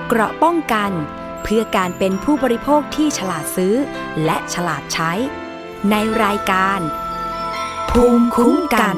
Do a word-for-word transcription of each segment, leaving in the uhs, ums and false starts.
เกราะป้องกันเพื่อการเป็นผู้บริโภคที่ฉลาดซื้อและฉลาดใช้ในรายการภูมิคุ้มกัน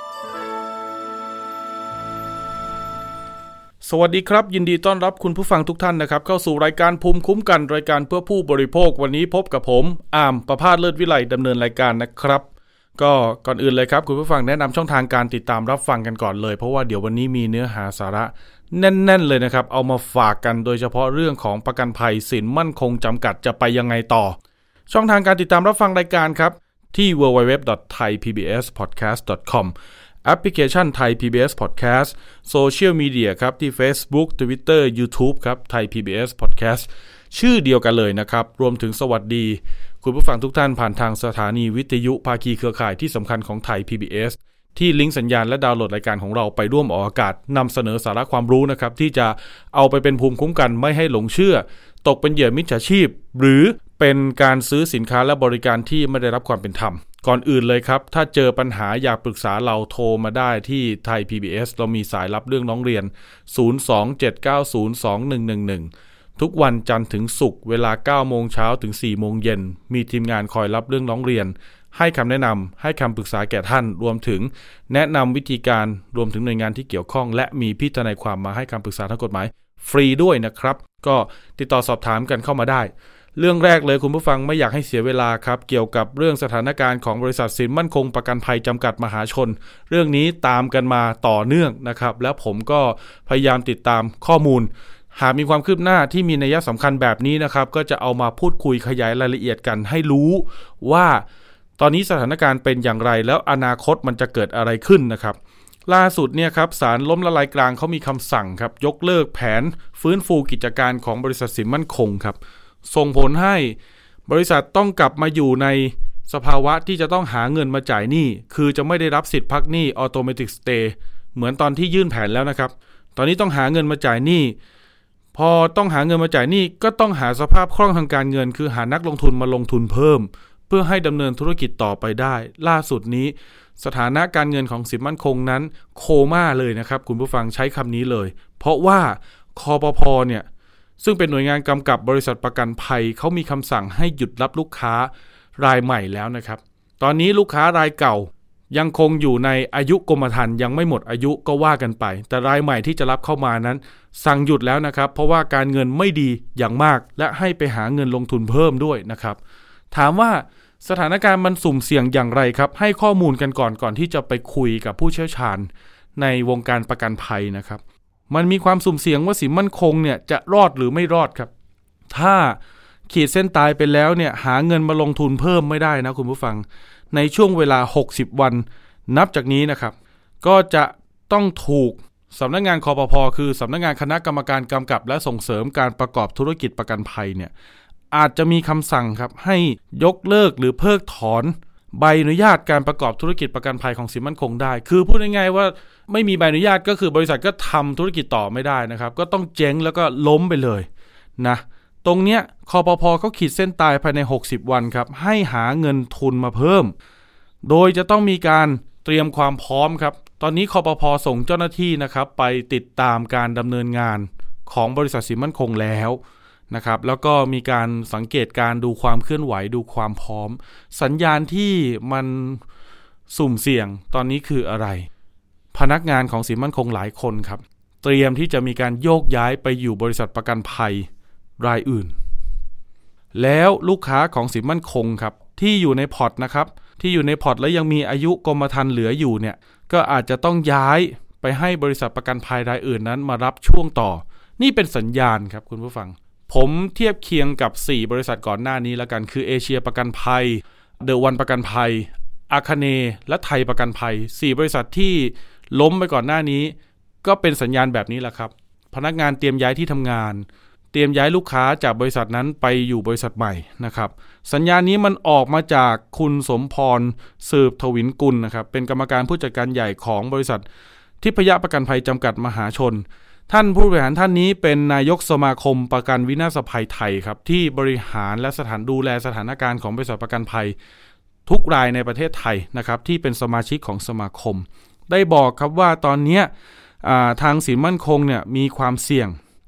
สวัสดีครับยินดีต้อนรับคุณผู้ฟังทุกท่านนะครับเข้าสู่รายการภูมิคุ้มกันรายการเพื่อผู้บริโภควันนี้พบกับผมอาร์มประภาสเลิศวิไลดำเนินรายการนะครับก็ก่อนอื่นเลยครับคุณผู้ฟังแนะนำช่องทางการติดตามรับฟังกันก่อนเลยเพราะว่าเดี๋ยววันนี้มีเนื้อหาสาระแน่นๆเลยนะครับเอามาฝากกันโดยเฉพาะเรื่องของประกันภัยสินมั่นคงจำกัดจะไปยังไงต่อช่องทางการติดตามรับฟังรายการครับที่ ดับเบิลยู ดับเบิลยู ดับเบิลยู ดอท ไทย พี บี เอส พอดแคสต์ ดอท คอม แอปพลิเคชัน Thai พี บี เอส Podcast โซเชียลมีเดียครับที่ Facebook Twitter YouTube ครับ Thai พี บี เอส Podcast ชื่อเดียวกันเลยนะครับรวมถึงสวัสดีคุณผู้ฟังทุกท่านผ่านทางสถานีวิทยุภาคีเครือข่ายที่สำคัญของ Thai พี บี เอส ที่ลิงก์สัญญาณและดาวน์โหลดรายการของเราไปร่วมออกอากาศนำเสนอสาระความรู้นะครับที่จะเอาไปเป็นภูมิคุ้มกันไม่ให้หลงเชื่อตกเป็นเหยื่อมิจฉาชีพหรือเป็นการซื้อสินค้าและบริการที่ไม่ได้รับความเป็นธรรมก่อนอื่นเลยครับถ้าเจอปัญหาอยากปรึกษาเราโทรมาได้ที่ไทย พี บี เอส เรามีสายรับเรื่องร้องเรียนศูนย์ สอง เจ็ด เก้า ศูนย์ สอง หนึ่ง หนึ่ง หนึ่งทุกวันจันทร์ถึงศุกร์เวลา เก้าโมงเช้าถึง สี่โมงเย็นมีทีมงานคอยรับเรื่องร้องเรียนให้คำแนะนำให้คำปรึกษาแก่ท่านรวมถึงแนะนำวิธีการรวมถึงหน่วยงานที่เกี่ยวข้องและมีพี่ทนายความมาให้คำปรึกษาทางกฎหมายฟรีด้วยนะครับก็ติดต่อสอบถามกันเข้ามาได้เรื่องแรกเลยคุณผู้ฟังไม่อยากให้เสียเวลาครับเกี่ยวกับเรื่องสถานการณ์ของบริษัทสินมั่นคงประกันภัยจำกัดมหาชนเรื่องนี้ตามกันมาต่อเนื่องนะครับแล้วผมก็พยายามติดตามข้อมูลหากมีความคืบหน้าที่มีนัยสำคัญแบบนี้นะครับก็จะเอามาพูดคุยขยายรายละเอียดกันให้รู้ว่าตอนนี้สถานการณ์เป็นอย่างไรแล้วอนาคตมันจะเกิดอะไรขึ้นนะครับล่าสุดเนี่ยครับศาลล้มละลายกลางเขามีคำสั่งครับยกเลิกแผนฟื้นฟูกิจการของบริษัทสินมั่นคงครับส่งผลให้บริษัทต้องกลับมาอยู่ในสภาวะที่จะต้องหาเงินมาจ่ายหนี้คือจะไม่ได้รับสิทธิ์พักหนี้ Automatic Stay เหมือนตอนที่ยื่นแผนแล้วนะครับตอนนี้ต้องหาเงินมาจ่ายหนี้พอต้องหาเงินมาจ่ายหนี้ก็ต้องหาสภาพคล่องทางการเงินคือหานักลงทุนมาลงทุนเพิ่มเพื่อให้ดำเนินธุรกิจต่อไปได้ล่าสุดนี้สถานะการเงินของสินมั่นคงนั้นโคม่าเลยนะครับคุณผู้ฟังใช้คำนี้เลยเพราะว่าคปภ.เนี่ยซึ่งเป็นหน่วยงานกำกับบริษัทประกันภัยเขามีคำสั่งให้หยุดรับลูกค้ารายใหม่แล้วนะครับตอนนี้ลูกค้ารายเก่ายังคงอยู่ในอายุกรมธรรม์ยังไม่หมดอายุก็ว่ากันไปแต่รายใหม่ที่จะรับเข้ามานั้นสั่งหยุดแล้วนะครับเพราะว่าการเงินไม่ดีอย่างมากและให้ไปหาเงินลงทุนเพิ่มด้วยนะครับถามว่าสถานการณ์มันสุ่มเสี่ยงอย่างไรครับให้ข้อมูลกันก่อนก่อนที่จะไปคุยกับผู้เชี่ยวชาญในวงการประกันภัยนะครับมันมีความสุ่มเสี่ยงว่าสินมั่นคงเนี่ยจะรอดหรือไม่รอดครับถ้าขีดเส้นตายไปแล้วเนี่ยหาเงินมาลงทุนเพิ่มไม่ได้นะคุณผู้ฟังในช่วงเวลาหกสิบวันนับจากนี้นะครับก็จะต้องถูกสำนักงานคปภ.คือสำนักงานคณะกรรมการกำกับและส่งเสริมการประกอบธุรกิจประกันภัยเนี่ยอาจจะมีคำสั่งครับให้ยกเลิกหรือเพิกถอนใบอนุญาตการประกอบธุรกิจประกันภัยของสินมั่นคงได้คือพูดง่ายๆว่าไม่มีใบอนุญาตก็คือบริษัทก็ทำธุรกิจต่อไม่ได้นะครับก็ต้องเจ๊งแล้วก็ล้มไปเลยนะตรงเนี้ยคปภ.เขาขีดเส้นตายภายในหกสิบวันครับให้หาเงินทุนมาเพิ่มโดยจะต้องมีการเตรียมความพร้อมครับตอนนี้คปภ.ส่งเจ้าหน้าที่นะครับไปติดตามการดำเนินงานของบริษัทสินมั่นคงแล้วนะครับแล้วก็มีการสังเกตการดูความเคลื่อนไหวดูความพร้อมสัญญาณที่มันสุ่มเสี่ยงตอนนี้คืออะไรพนักงานของสินมั่นคงหลายคนครับเตรียมที่จะมีการโยกย้ายไปอยู่บริษัทประกันภัยรายอื่นแล้วลูกค้าของสินมั่นคงครับที่อยู่ในพอร์ตนะครับที่อยู่ในพอร์ตและยังมีอายุกรมธรรม์เหลืออยู่เนี่ยก็อาจจะต้องย้ายไปให้บริษัทประกันภัยรายอื่นนั้นมารับช่วงต่อนี่เป็นสัญญาณครับคุณผู้ฟังผมเทียบเคียงกับสี่บริษัทก่อนหน้านี้แล้วกันคือเอเชียประกันภัยเดอะวันประกันภัยอาคเนย์และไทยประกันภัยสี่บริษัทที่ล้มไปก่อนหน้านี้ก็เป็นสัญญาณแบบนี้แหละครับพนักงานเตรียมย้ายที่ทำงานเตรียมย้ายลูกค้าจากบริษัทนั้นไปอยู่บริษัทใหม่นะครับสัญญาณนี้มันออกมาจากคุณสมพรสืบทวินกุลนะครับเป็นกรรมการผู้จัดการใหญ่ของบริษัททิพยประกันภัยจำกัดมหาชนท่านผู้บริหารท่านนี้เป็นนายกสมาคมประกันวินาศภัยไทยครับที่บริหารและสถานดูแลสถานการณ์ของบริษัทประกันภัยทุกรายในประเทศไทยนะครับที่เป็นสมาชิกของสมาคมได้บอกครับว่าตอนนี้ทางสินมั่นคงเนี่ยมีความเสี่ยง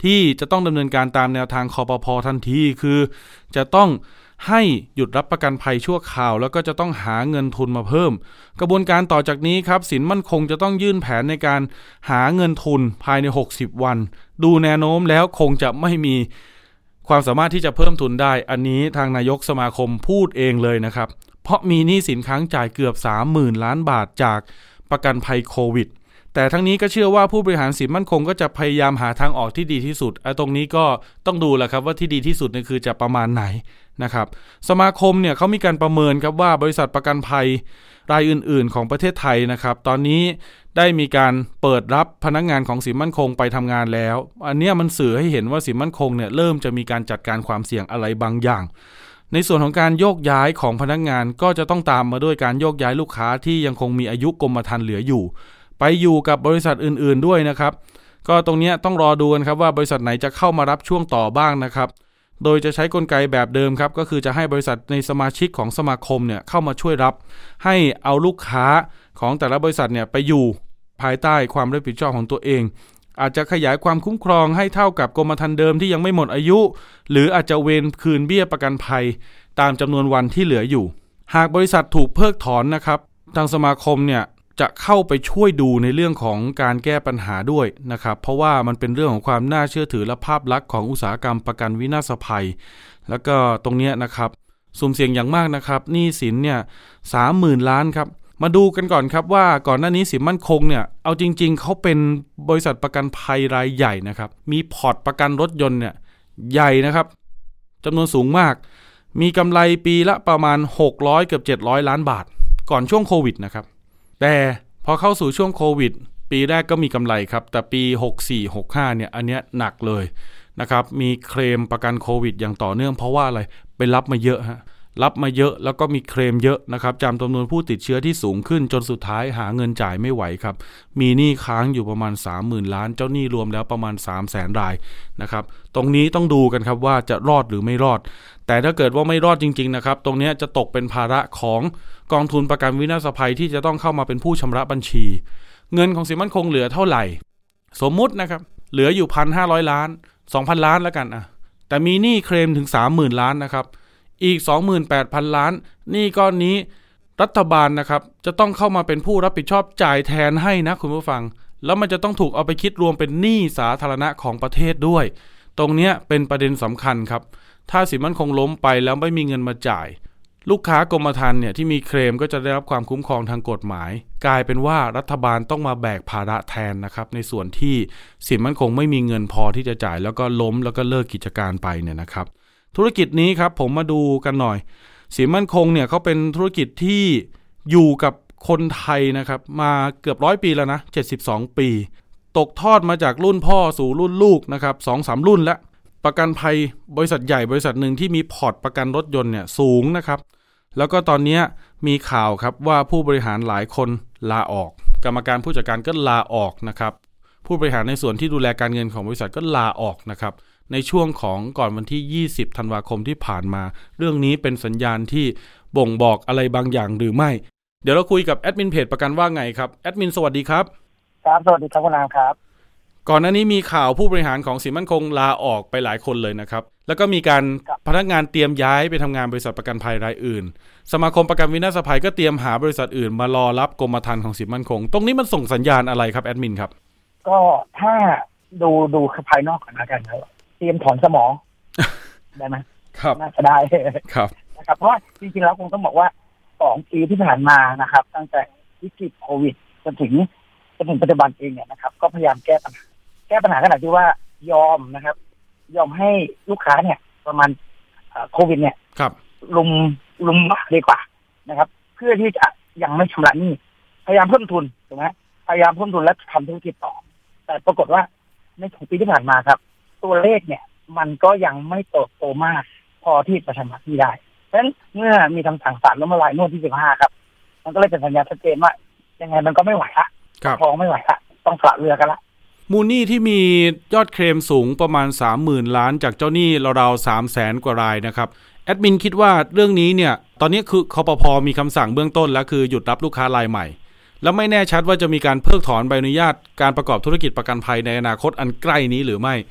ที่จะต้องดำเนินการตามแนวทางคปภ.ทันทีคือจะต้องให้หยุดรับประกันภัยชั่วคราวแล้วก็จะต้องหาเงินทุนมาเพิ่มกระบวนการต่อจากนี้ครับสินมั่นคงจะต้องยื่นแผนในการหาเงินทุนภายในหกสิบวันดูแนวโน้มแล้วคงจะไม่มีความสามารถที่จะเพิ่มทุนได้อันนี้ทางนายกสมาคมพูดเองเลยนะครับเพราะมีหนี้สินค้างจ่ายเกือบ สามหมื่นล้านบาทจากประกันภัยโควิดแต่ทั้งนี้ก็เชื่อว่าผู้บริหารสินมั่นคงก็จะพยายามหาทางออกที่ดีที่สุดไอ้ตรงนี้ก็ต้องดูแหละครับว่าที่ดีที่สุดนี่คือจะประมาณไหนนะครับสมาคมเนี่ยเขามีการประเมินครับว่าบริษัทประกันภัยรายอื่นๆของประเทศไทยนะครับตอนนี้ได้มีการเปิดรับพนักงานของสินมั่นคงไปทำงานแล้วอันนี้มันสื่อให้เห็นว่าสินมั่นคงเนี่ยเริ่มจะมีการจัดการความเสี่ยงอะไรบางอย่างในส่วนของการโยกย้ายของพนักงานก็จะต้องตามมาด้วยการโยกย้ายลูกค้าที่ยังคงมีอายุกรมธรรม์เหลืออยู่ไปอยู่กับบริษัทอื่นๆด้วยนะครับก็ตรงนี้ต้องรอดูกันครับว่าบริษัทไหนจะเข้ามารับช่วงต่อบ้างนะครับโดยจะใช้กลไกแบบเดิมครับก็คือจะให้บริษัทในสมาชิกของสมาคมเนี่ยเข้ามาช่วยรับให้เอาลูกค้าของแต่ละบริษัทเนี่ยไปอยู่ภายใต้ความรับผิดชอบของตัวเองอาจจะขยายความคุ้มครองให้เท่ากับกรมธรรม์เดิมที่ยังไม่หมดอายุหรืออาจจะเวนคืนเบี้ยประกันภัยตามจำนวนวันที่เหลืออยู่หากบริษัทถูกเพิกถอนนะครับทางสมาคมเนี่ยจะเข้าไปช่วยดูในเรื่องของการแก้ปัญหาด้วยนะครับเพราะว่ามันเป็นเรื่องของความน่าเชื่อถือและภาพลักษณ์ของอุตสาหกรรมประกันวินาศภัยแล้วก็ตรงนี้นะครับสุ่มเสี่ยงอย่างมากนะครับหนี้สินเนี่ย สามหมื่น ล้านครับมาดูกันก่อนครับว่าก่อนหน้านี้สินมั่นคงเนี่ยเอาจริงๆเขาเป็นบริษัทประกันภัยรายใหญ่นะครับมีพอร์ตประกันรถยนต์เนี่ยใหญ่นะครับจำนวนสูงมากมีกำไรปีละประมาณหกร้อยเกือบเจ็ดร้อยล้านบาทก่อนช่วงโควิดนะครับแต่พอเข้าสู่ช่วงโควิดปีแรกก็มีกำไรครับแต่ปีหกสี่ หกห้าเนี่ยอันเนี้ยหนักเลยนะครับมีเคลมประกันโควิดอย่างต่อเนื่องเพราะว่าอะไรไปรับมาเยอะฮะรับมาเยอะแล้วก็มีเคลมเยอะนะครับจำจำนวนผู้ติดเชื้อที่สูงขึ้นจนสุดท้ายหาเงินจ่ายไม่ไหวครับมีหนี้ค้างอยู่ประมาณ สามหมื่น ล้านเจ้าหนี้รวมแล้วประมาณ สามแสน รายนะครับตรงนี้ต้องดูกันครับว่าจะรอดหรือไม่รอดแต่ถ้าเกิดว่าไม่รอดจริงๆนะครับตรงนี้จะตกเป็นภาระของกองทุนประกันวินาศภัยที่จะต้องเข้ามาเป็นผู้ชำระบัญชีเงินของสินมั่นคงเหลือเท่าไหร่สมมุตินะครับเหลืออยู่ หนึ่งพันห้าร้อย ล้าน สองพัน ล้านแล้วกันอ่ะแต่มีหนี้เคลมถึง สามหมื่น ล้านนะครับอีก สองหมื่นแปดพัน ล้านหนี้ก้อนนี้รัฐบาลนะครับจะต้องเข้ามาเป็นผู้รับผิดชอบจ่ายแทนให้นะคุณผู้ฟังแล้วมันจะต้องถูกเอาไปคิดรวมเป็นหนี้สาธารณะของประเทศด้วยตรงนี้เป็นประเด็นสำคัญครับถ้าสินมั่นคงล้มไปแล้วไม่มีเงินมาจ่ายลูกค้ากรมธรรม์เนี่ยที่มีเคลมก็จะได้รับความคุ้มครองทางกฎหมายกลายเป็นว่ารัฐบาลต้องมาแบกภาระแทนนะครับในส่วนที่สินมั่นคงไม่มีเงินพอที่จะจ่ายแล้วก็ล้มแล้วก็เลิกกิจการไปเนี่ยนะครับธุรกิจนี้ครับผมมาดูกันหน่อยสินมั่นคงเนี่ยเขาเป็นธุรกิจที่อยู่กับคนไทยนะครับมาเกือบร้อยปีแล้วนะเจ็ดสิบสองปีตกทอดมาจากรุ่นพ่อสู่รุ่นลูกนะครับ สองสาม รุ่นแล้วประกันภัยบริษัทใหญ่บริษัทหนึ่งที่มีพอร์ตประกันรถยนต์เนี่ยสูงนะครับแล้วก็ตอนนี้มีข่าวครับว่าผู้บริหารหลายคนลาออกกรรมการผู้จัดการก็ลาออกนะครับผู้บริหารในส่วนที่ดูแลการเงินของบริษัทก็ลาออกนะครับในช่วงของก่อนวันที่ยี่สิบธันวาคมที่ผ่านมาเรื่องนี้เป็นสัญญาณที่บ่งบอกอะไรบางอย่างหรือไม่เดี๋ยวเราคุยกับแอดมินเพจประกันว่าไงครับแอดมินสวัสดีครับครับสวัสดีครับคุณนามครับก่อนหน้านี้มีข่าวผู้บริหารของสินมั่นคงลาออกไปหลายคนเลยนะครับแล้วก็มีการพนักงานเตรียมย้ายไปทำงานบริษัทประกันภัยรายอื่นสมาคมประกันวินาศภัยก็เตรียมหาบริษัทอื่นมารอรับกรมธรรม์ของสินมั่นคงตรงนี้มันส่งสัญญาณอะไรครับแอดมินครับก็ถ้าดูดูภายนอกก่อนนะกันครับเตรียมถอนสมอง ได้ไหมครับน่าจะได้ครับนะครับเพราะจริงๆแล้วคงต้องบอกว่าสองปีที่ผ่านมานะครับตั้งแต่วิกฤตโควิดจนถึงจนถึงปัจจุบันเองเนี่ยนะครับก็พยายามแก้ปัญหาแก้ปัญหาขนาดที่ว่ายอมนะครับยอมให้ลูกค้าเนี่ยประมาณโควิดเนี่ยลุมลุมมากดีกว่านะครับเพื่อที่จะยังไม่ชำระหนี้พยายามเพิ่มทุนถูกไหมพยายามเพิ่มทุนและทำธุรกิจต่อแต่ปรากฏว่าในสองปีที่ผ่านมาครับตัวเลขเนี่ยมันก็ยังไม่โตโตมากพอที่จะชำระหนี้ได้เพราะฉะนั้นเมื่อมีคำสั่งศาลล้มละลายงวดที่สิบห้าครับมันก็เลยเป็นสัญญาณชัดเจนว่ายังไงมันก็ไม่ไหวละพอไม่ไหวละต้องสละเรือกันละมูลหนี้ที่มียอดเคลมสูงประมาณ สามหมื่น ล้านจากเจ้าหนี้ราวๆ สามแสน กว่ารายนะครับแอดมินคิดว่าเรื่องนี้เนี่ยตอนนี้คือคปภ.มีคำสั่งเบื้องต้นแล้วคือหยุดรับลูกค้ารายใหม่แล้วไม่แน่ชัดว่าจะมีการเพิกถอนใบอนุญาตการประกอบธุรกิจประกันภัยในอนาคตอันใกล้นี้หรือไม่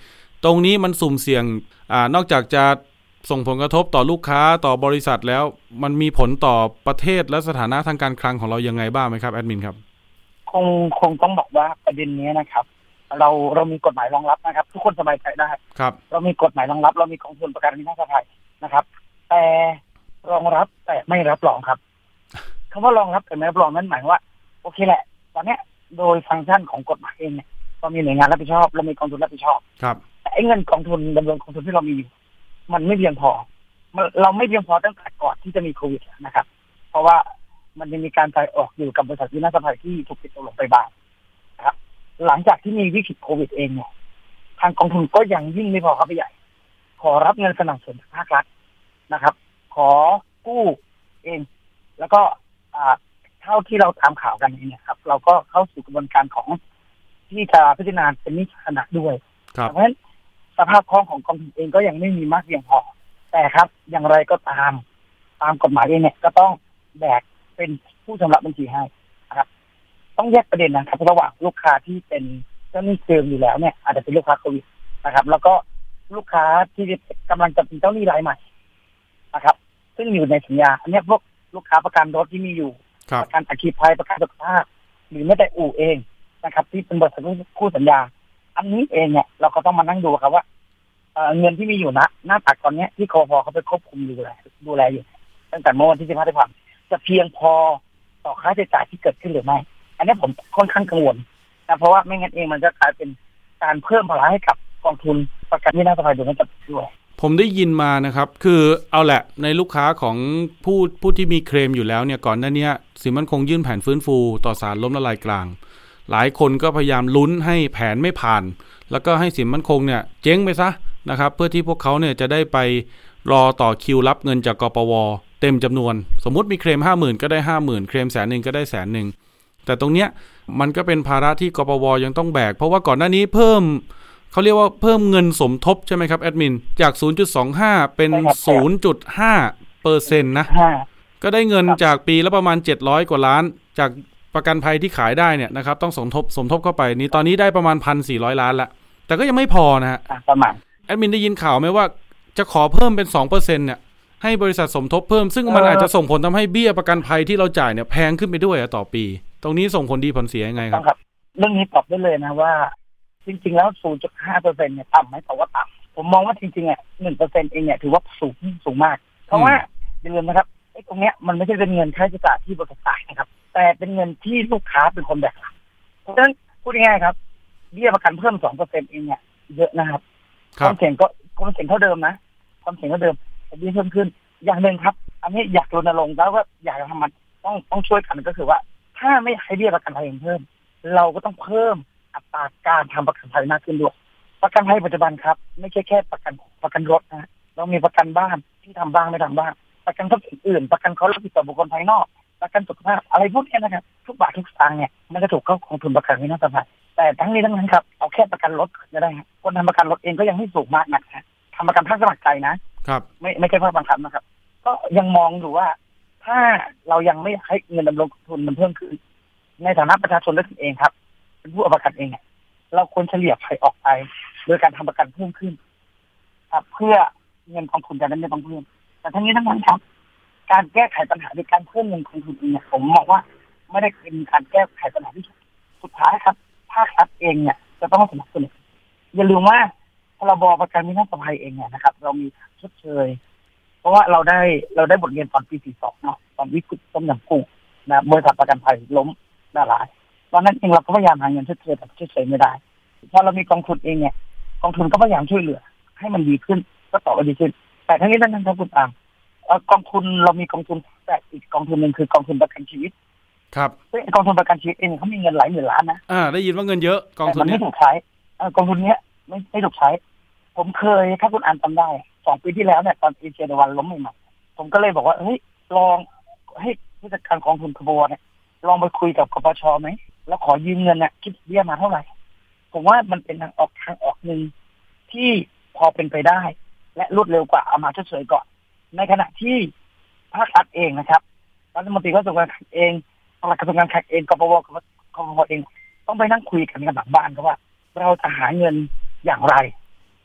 ตรงนี้มันสุ่มเสี่ยงอ่านอกจากจะส่งผลกระทบต่อลูกค้าต่อบริษัทแล้วมันมีผลต่อประเทศและสถานะทางการคลังของเรายังไงบ้างไหมครับแอดมินครับคงคงต้องบอกว่าประเด็นนี้นะครับเราเรามีกฎหมายรองรับนะครับทุกคนสบายใจได้ครับเรามีกฎหมายรองรับเรามีกองทุนประกันวินาศภัยนะครับแต่รองรับแต่ไม่รับรองครับคำว่ารองรับแต่ไม่รับรองนั่นหมายว่าโอเคแหละตอนนี้โดยฟังก์ชันของกฎหมายเองเนี่ยเรามีหน่วยงานรับผิดชอบเรามีกองทุนรับผิดชอบครับแต่ไอ้เงินกองทุนดำรงกองทุนที่เรามีอยู่มันไม่เพียงพอเราไม่เพียงพอตั้งแต่ก่อนที่จะมีโควิดนะครับเพราะว่ามันยังมีการจ่ายออกอยู่กับบริษัทวินาศภัยที่ถูกปิดตัวลงไปบ้างนะครับหลังจากที่มีวิกฤตโควิดเองเนี่ยทางกองทุนก็ยังยิ่งไม่พอครับพี่ใหญ่ขอรับเงินสนับสนุนจากภาครัฐนะครับขอกู้เองแล้วก็เท่าที่เราตามข่าวกันเนี่ยครับเราก็เข้าสู่กระบวนการของที่จะพิจารณาเป็นนิติขณะด้วยเพราะฉะนั้นสภาพคล่องของกองทุนเองก็ยังไม่มีมากเพียงพอแต่ครับอย่างไรก็ตามตามกฎหมายเองเนี่ยก็ต้องแบกเป็นผู้ชำระบัญชีให้นะครับต้องแยกประเด็นนะครับระหว่างลูกค้าที่เป็นเจ้าหนี้เดิมอยู่แล้วเนี่ยอาจจะเป็นลูกค้าโควิดนะครับแล้วก็ลูกค้าที่กำลังจะเป็นเจ้าหนี้รายใหม่นะครับซึ่งอยู่ในสัญญาอันนี้พวกลูกค้าประกันรถที่มีอยู่ประกันอัคคีภัยประกันสุขภาพหรือแม้แต่อู่เองนะครับที่เป็นบริษัทคู่สัญญาอันนี้เองเนี่ยเราก็ต้องมานั่งดูครับว่าเงินที่มีอยู่ณหน้าตักตอนนี้ที่คพเขาไปควบคุมดูแลดูแลอยู่ตั้งแต่เมื่อวันที่สิบห้าที่ผ่านจะเพียงพอต่อค่าใช้จ่ายที่เกิดขึ้นหรือไม่อันนี้ผมค่อนข้างกังวลนะเพราะว่าไม่งั้นเองมันจะกลายเป็นการเพิ่มภาระให้กับกองทุนประกันวินาศภัยโดยไม่จำเป็นด้วยผมได้ยินมานะครับคือเอาแหละในลูกค้าของผู้ผู้ที่มีเคลมอยู่แล้วเนี่ยก่อนหน้านี้สินมั่นคงยื่นแผนฟื้นฟูต่อศาลล้มละลายกลางหลายคนก็พยายามลุ้นให้แผนไม่ผ่านแล้วก็ให้สินมั่นคงเนี่ยเจ๊งไปซะนะครับเพื่อที่พวกเขาเนี่ยจะได้ไปรอต่อคิวรับเงินจากกปวเต็มจำนวนสมมุติมีเคลม ห้าหมื่น ก็ได้ ห้าหมื่น เคลมแสนนึงก็ได้แสนนึงแต่ตรงเนี้ยมันก็เป็นภาระที่กปวยังต้องแบกเพราะว่าก่อนหน้านี้เพิ่มเขาเรียกว่าเพิ่มเงินสมทบใช่ไหมครับแอดมินจาก ศูนย์จุดสองห้า เป็น ศูนย์จุดห้าเปอร์เซ็นต์ นะก็ได้เงินจากปีละประมาณเจ็ดร้อยกว่าล้านจากประกันภัยที่ขายได้เนี่ยนะครับต้องสมทบสมทบเข้าไปนี้ตอนนี้ได้ประมาณ หนึ่งพันสี่ร้อย ล้านละแต่ก็ยังไม่พอนะฮะประมาณแอดมินได้ยินข่าวไหมว่าจะขอเพิ่มเป็น สองเปอร์เซ็นต์ เนี่ยให้บริษัทสมทบเพิ่มซึ่งมันอาจจะส่งผลทำให้เบี้ยประกันภัยที่เราจ่ายเนี่ยแพงขึ้นไปด้วยต่อปีตรงนี้ส่งผลดีผลเสียยังไงครับเรื่องนี้ตอบได้เลยนะว่าจริงๆแล้ว ศูนย์จุดห้าเปอร์เซ็นต์ เนี่ยต่ำไหมแต่ว่าต่ำผมมองว่าจริงๆอ่ะ หนึ่งเปอร์เซ็นต์ เองเนี่ยถือว่าสูงสูงมากเพราะว่าอย่าลืมนะครับไอ้ตรงเนี้ยมันไม่ใช่เป็นเงินค่าใช้จ่ายที่บริษัทจ่ายนะครับแต่เป็นเงินที่ลูกค้าเป็นคนแบกเพราะฉะนั้นพูดง่ายๆครับเบี้ยประกันเพิ่ม สองเปอร์เซ็นต์ เองเนี่ยเยอะนะครับความเสี่ยงก็ความเสี่ยงเท่าเดิมนะความเสี่ยงเท่าเดิมแต่เบี้ยเพิ่มขึ้นอย่างหนึ่งครับอันนี้อยากรณรงค์แล้วว่าอยากทำมันต้องต้องช่วยกันก็คือว่าถ้าไม่ให้เบี้ยประกันภัยเพิ่มเราก็ต้องเพิ่มอัตราการทำประกันภัยมากขึ้นด้วยประกันภัยปัจจุบันครับไม่ใช่แค่ประกันประกันรถนะเรามีประกันบ้านที่ทำบ้างไม่ทำบ้างประกันทรัพย์สินอื่นประกันเขารับผิดต่อบุคคลภายนอกประกันสุขภาพอะไรพวกนี้นะครับทุกบาททุกสตางค์เนี่ยมันจะถูกเข้ากองทุนประกันวินาศภัยแต่ทั้งนี้ทั้งนั้นครับเอาแค่ประกันรถก็ได้ครับคนทำประกันรถเองก็ยังไม่สูงมากนะทำประกันภาคสมัครใจนะครับไม่ไม่ใช่ภาคบังคับนะครับก็ยังมองดูว่าถ้าเรายังไม่ให้เงินดำรงทุนมันเพิ่มขึ้นในฐานะประชาชนด้วยตนเองครับเป็นผู้เอาประกันเองเนี่ยเราควรเฉลี่ยภัยออกไปโดยการทำประกันเพิ่มขึ้นครับเพื่อเงินกองทุนจะได้ไม่ต้องเพิ่มแต่ทั้งนี้ทั้งนั้นครับการแก้ไขปัญหาด้วยการเพิ่มเงินกองทุนเนี่ยผมมองว่าไม่ได้เป็นการแก้ไขปัญหาที่สุดท้ายครับภาครัฐเองเนี่ยจะต้องสนับสนุนอย่าลืมว่าพรบประกันวินาศภัยเองเนี่ยนะครับเรามีชดเชยเพราะว่าเราได้เราได้บทเรียนตอนปีสี่สิบสองเนาะตอนวิกฤตต้มยำกุ้งนะบริษัทประกันภัยล้มละลายตอนนั้นเองเราก็พยายามหาเงินชดเชยแต่ชดเชยไม่ได้พอเรามีกองทุนเองเนี่ยกองทุนก็พยายามช่วยเหลือให้มันดีขึ้นก็ต่อไปดีขึ้นแต่ทั้งนี้ทั้งนั้นครับคุณตามกองทุนเรามีกองทุนแต่อีกกองทุนนึงคือกองทุนประกันชีวิตครับซึ่งกองทุนประกันชีวิตเองเขามีเงินหลายหมื่นล้านนะอ่าได้ยินว่าเงินเยอะกองทุนนี้ไม่ถูกใช้กองทุนนี้ไม่ไม่ถูกใช้ผมเคยถ้าคุณอ่านจำได้สองปีที่แล้วเนี่ยตอนเอเชียตะวันล้มใหม่ๆผมก็เลยบอกว่าเฮ้ยลองให้ผู้จัดการกองทุนกบวเนี่ยลองไปคุยกับกปชไหมแล้วขอยืมเงินน่ะคิดเบี้ยมาเท่าไหร่ผมว่ามันเป็นทางออกทางออกหนึ่งที่พอเป็นไปได้และรวดเร็วกว่าเอามาชดเชยก่อนในขณะที่ภาครัฐเองนะครับรัฐมนตรีกระทรวงการคลังเองปลัดกระทรวงการคลังเองกปวกับกปวเองต้องไปนั่งคุยกันกันหลังบ้านครับว่าเราจะหาเงินอย่างไร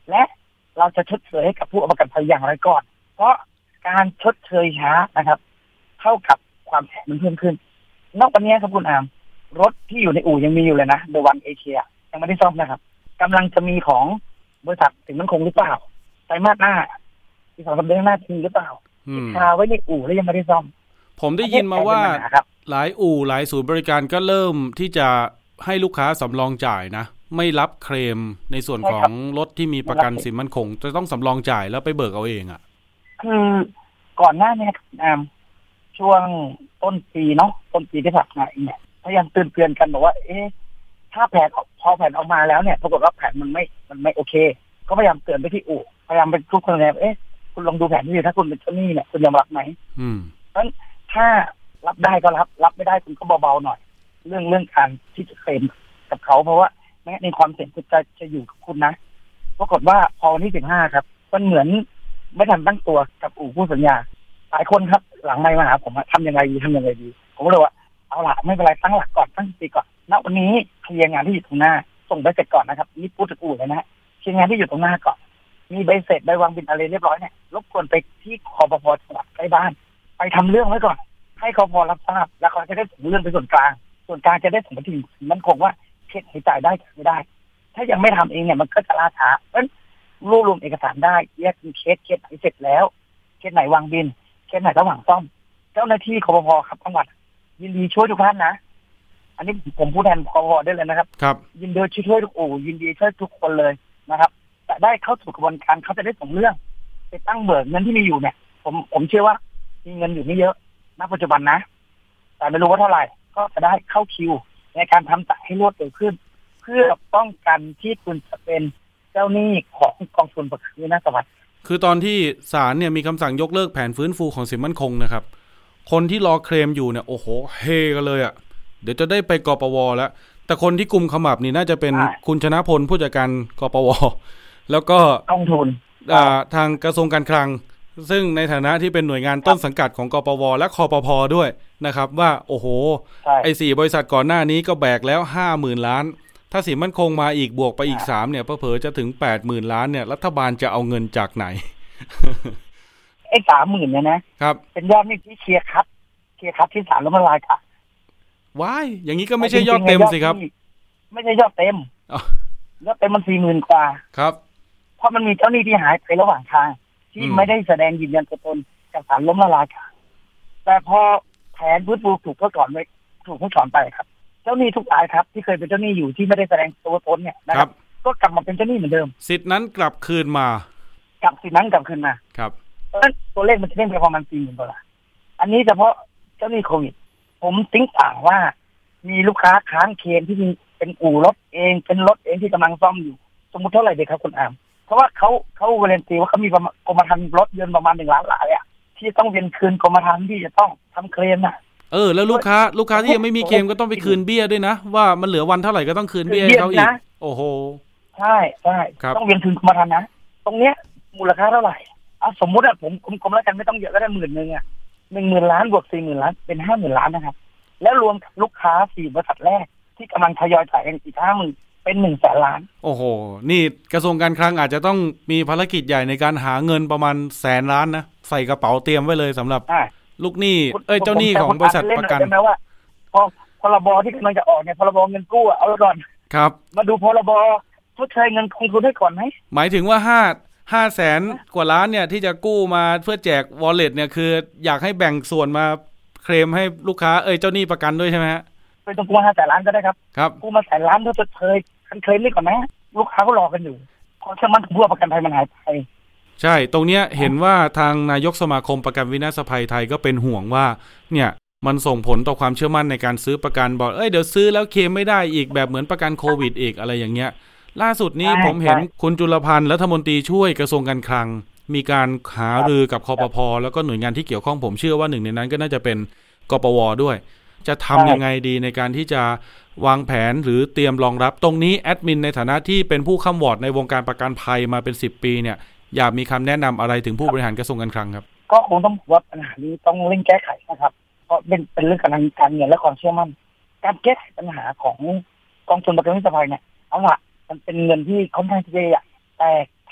และเราจะชดเชยให้กับผู้เอาประกันภัยอย่างไรก่อนเพราะการชดเชยช้านะครับเท่ากับความแพงมันเพิ่มขึ้นนอกจากนี้ครับคุณอามรถที่อยู่ในอู่ยังมีอยู่เลยนะเดอะวันเอเชียยังไม่ได้ซ่อมนะครับกำลังจะมีของบริษัทสินมั่นคงหรือเปล่าไตรมาสหน้าที่สองสามเดือนหน้าทีหรือเปล่าที่คาไว้ในอู่แล้วยังไม่ได้ซ่อมผมได้ยินมาว่าหลายอู่หลายศูนย์บริการก็เริ่มที่จะให้ลูกค้าสำรองจ่ายนะไม่รับเคลมในส่วนของรถที่มีประกันสินมั่นคงจะต้องสำรองจ่ายแล้วไปเบิกเอาเองอ่ะคือก่อนหน้านี้ครับช่วงต้นปีเนาะต้นปีที่ผ่านมาเนี่ยพยายามเตือนเตือนกันบอกว่าเอ๊ะถ้าแผนพอแผนออกมาแล้วเนี่ยปรากฏว่าแผนมันไม่มันไม่โอเคก็พยายามเตือนไปที่อู่พยายามไปทุกคนเลยเอ๊ะคุณลองดูแผนนี้ถ้าคุณเป็นเจ้าหนี้เนี่ยคุณยอมรับไหมอืมเพราะถ้ารับได้ก็รับรับไม่ได้คุณก็เบาๆหน่อยเรื่องเรื่องการที่จะเคลมกับเขาเพราะว่าแม้ในความเสี่ยงจะจะอยู่กับคุณนะปรากฏว่าพอวันที่สิบห้าครับมันเหมือนไม่ทันตั้งตัวกับอู่ผู้สัญญาหลายคนครับหลังไมค์มาหาผมทำยังไงดีทำยังไงดีผมก็เลยว่าเอาล่ะไม่เป็นไรตั้งหลักก่อนตั้งสติก่อนณวันนี้เคลียร์งานที่อยู่ตรงหน้าส่งใบเสร็จก่อนนะครับนี่พูดถึงอู่เลยนะเคลียร์งานที่อยู่ตรงหน้าก่อนมีใบเสร็จใบวางบินอะไรเรียบร้อยเนี่ยรบกวนไปที่คปภ.จังหวัดใกล้บ้านไปทำเรื่องไว้ก่อนให้คปภ.รับทราบแล้วเขาจะได้ส่งเรื่องไปส่วนกลางส่วนกลางจะได้ส่งไปถึงมันคงว่าเคสจ่ายได้ไม่ได้ถ้ายังไม่ทำเองเนี่ยมันก็จะล่าช้าเพราะรวบรวมเอกสารได้แยกเป็นเคสเคสไหนเสร็จแล้วเคสไหนวางบินเคสไหนระหว่างซ่อมเจ้าหน้าที่คปภ.ครับจังหวัดยินดีช่วยทุกท่านนะอันนี้ผมพูดแทนคปภ.ได้เลยนะครับครับยินดีช่วยทุกอู่ยินดีช่วยทุกคนเลยนะครับแต่ได้เข้าสู่กระบวนการเขาจะได้ส่งเรื่องไปตั้งเบิกเงินที่มีอยู่เนี่ยผมผมเชื่อว่ามีเงินอยู่ไม่เยอะณปัจจุบันนะแต่ไม่รู้ว่าเท่าไหร่ก็จะได้เข้าคิวในการทำจ่ายให้รวดเร็วขึ้นเพื่อป้องกันที่คุณจะเป็นเจ้าหนี้ของกองทุนประกันวินาศภัยคือตอนที่ศาลเนี่ยมีคำสั่งยกเลิกแผนฟื้นฟูของสินมั่นคงนะครับคนที่รอเคลมอยู่เนี่ยโอ้โหเฮกันเลยอ่ะเดี๋ยวจะได้ไปกปวแล้วแต่คนที่กุมขมับนี่น่าจะเป็นคุณชนะพลผู้จัดการกปวแล้วก็กองทุนทางกระทรวงการคลังซึ่งในฐานะที่เป็นหน่วยงานต้นสังกัดของกปวและคปภด้วยนะครับว่าโอ้โหไอ้สี่บริษัทก่อนหน้านี้ก็แบกแล้ว ห้าหมื่น ล้านถ้าสินมั่นคงมาอีกบวกไปอีกสามเนี่ยเผลอๆจะถึง แปดหมื่น ล้านเนี่ยรัฐบาลจะเอาเงินจากไหนไอ้ สามหมื่น เนี่ยนะครับเป็นยอดหนี้ที่เคลียร์คัดเคลียร์คัดที่ศาลล้มละลายค่ะว้ายอย่างนี้ก็ไม่ใช่ยอดเต็มสิครับไม่ใช่ยอดเต็มยอดเต็มมัน สี่หมื่น กว่าครับเพราะมันมีเจ้าหนี้ที่หายไประหว่างทางที่ไม่ได้แสดงยืนยันตัวตนจากศาลล้มละลายค่ะแต่พอแผนฟื้นฟูถูกเพิกถอนไปถูกเพิกถอนไปครับเจ้าหนี้ทุกรายครับที่เคยเป็นเจ้าหนี้อยู่ที่ไม่ได้แสดงตัวตนเนี่ยนะครับก็กลับมาเป็นเจ้าหนี้เหมือนเดิมสิทธินั้นกลับคืนมากลับสิทธินั้นกลับคืนมาครับเพราะฉะนั้นตัวเลขมันจะเด้งไปประมาณ สี่หมื่น กว่าล้านอันนี้เฉพาะเจ้าหนี้โควิดผมติ้งต่างว่ามีลูกค้าค้างเคลมที่เป็นอู่รถเองเป็นรถเองที่กำลังซ่อมอยู่สมมุติเท่าไหร่เด็กครับคุณอามเพราะว่าเขาเขาเวรนตีว่าเขามีกรมธรรม์รถยนต์ประมาณหนึ่งล้านหลายอ่ะที่ต้องเวียนคืนกรมธรรม์ที่จะต้องทำเคลมน่ะเออแล้วลูกค้าลูกค้าที่ยังไม่มีเคลมก็ต้องไปคืนเบี้ยด้วยนะว่ามันเหลือวันเท่าไหร่ก็ต้องคืนเบี้ยเขาอีกโอ้โหใช่ใช่ต้องเวียนคืนกรมธรรม์นะตรงเนี้ยมูลค่าเท่าไหร่เอาสมมุติอ่ะผมกลมๆแล้วกันไม่ต้องเยอะก็ได้หมื่นนึงอ่ะหนึ่งหมื่นล้านบวกสี่หมื่นล้านเป็นห้าหมื่นล้านนะครับแล้วรวมกับลูกค้าสี่บริษัทแรกที่กำลังทยอยจ่ายกันอีกห้าหมื่นเป็นหนึ่งแสนล้านโอ้โหนี่กระทรวงการคลังอาจจะต้องมีภารกิจใหญ่ในการหาเงินประมาณแสนล้านนะใส่กระเป๋าเตรียมไว้เลยสำหรับลูกหนี้เอ้ยเจ้าหนี้ของบริษัทประกันใช่ไหมว่าพอพรบที่กำลังจะออกเนี่ยพรบเงินกู้เอาไว้ก่อนครับมาดูพรบชดเชยเงินคงทุนให้ก่อนไหมหมายถึงว่าห้าห้าแสนกว่าล้านเนี่ยที่จะกู้มาเพื่อแจก wallet เนี่ยคืออยากให้แบ่งส่วนมาเคลมให้ลูกค้าเอ้ยเจ้าหนี้ประกันด้วยใช่ไหมฮะไม่ต้องกู้ห้าแสนล้านก็ได้ครับครับกู้มาแสนล้านเพื่อชดเชยกันเคลมนี่ก่อนไหมลูกค้าก็รอกันอยู่เพราะเชื่อมั่นผู้ประกันภัยมันหายไปใช่ตรงเนี้ยเห็นว่าทางนายกสมาคมประกันวินาศภัยไทยก็เป็นห่วงว่าเนี่ยมันส่งผลต่อความเชื่อมั่นในการซื้อประกันบอกเอ้ยเดี๋ยวซื้อแล้วเคลมไม่ได้อีกแบบเหมือนประกันโควิดอีกอะไรอย่างเงี้ยล่าสุดนี้ผมเห็นคุณจุลพันธ์รัฐมนตรีช่วยกระทรวงการคลังมีการหารือกับคปภ.แล้วก็หน่วยงานที่เกี่ยวข้องผมเชื่อว่าหนึ่งในนั้นก็น่าจะเป็นกปว.ด้วยจะทำยังไงดีในการที่จะวางแผนหรือเตรียมรองรับตรงนี้แอดมินในฐานะที่เป็นผู้ค้ำวอร์ดในวงการประกันภัยมาเป็นสิบปีเนี่ยอยากมีคำแนะนำอะไรถึงผู้บริหารกระทรวงการคลังครับก็คงต้องบอกว่าปัญหานี้ต้องเร่งแก้ไขนะครับเพราะเป็นเป็นเรื่องการการเงินและความเชื่อมั่นการแก้ไขปัญหาของกองทุนประกันวินาศภัยเนี่ยเอาล่ะมันเป็นเงินที่ค่อนข้างที่จะใหญ่แต่ถ้า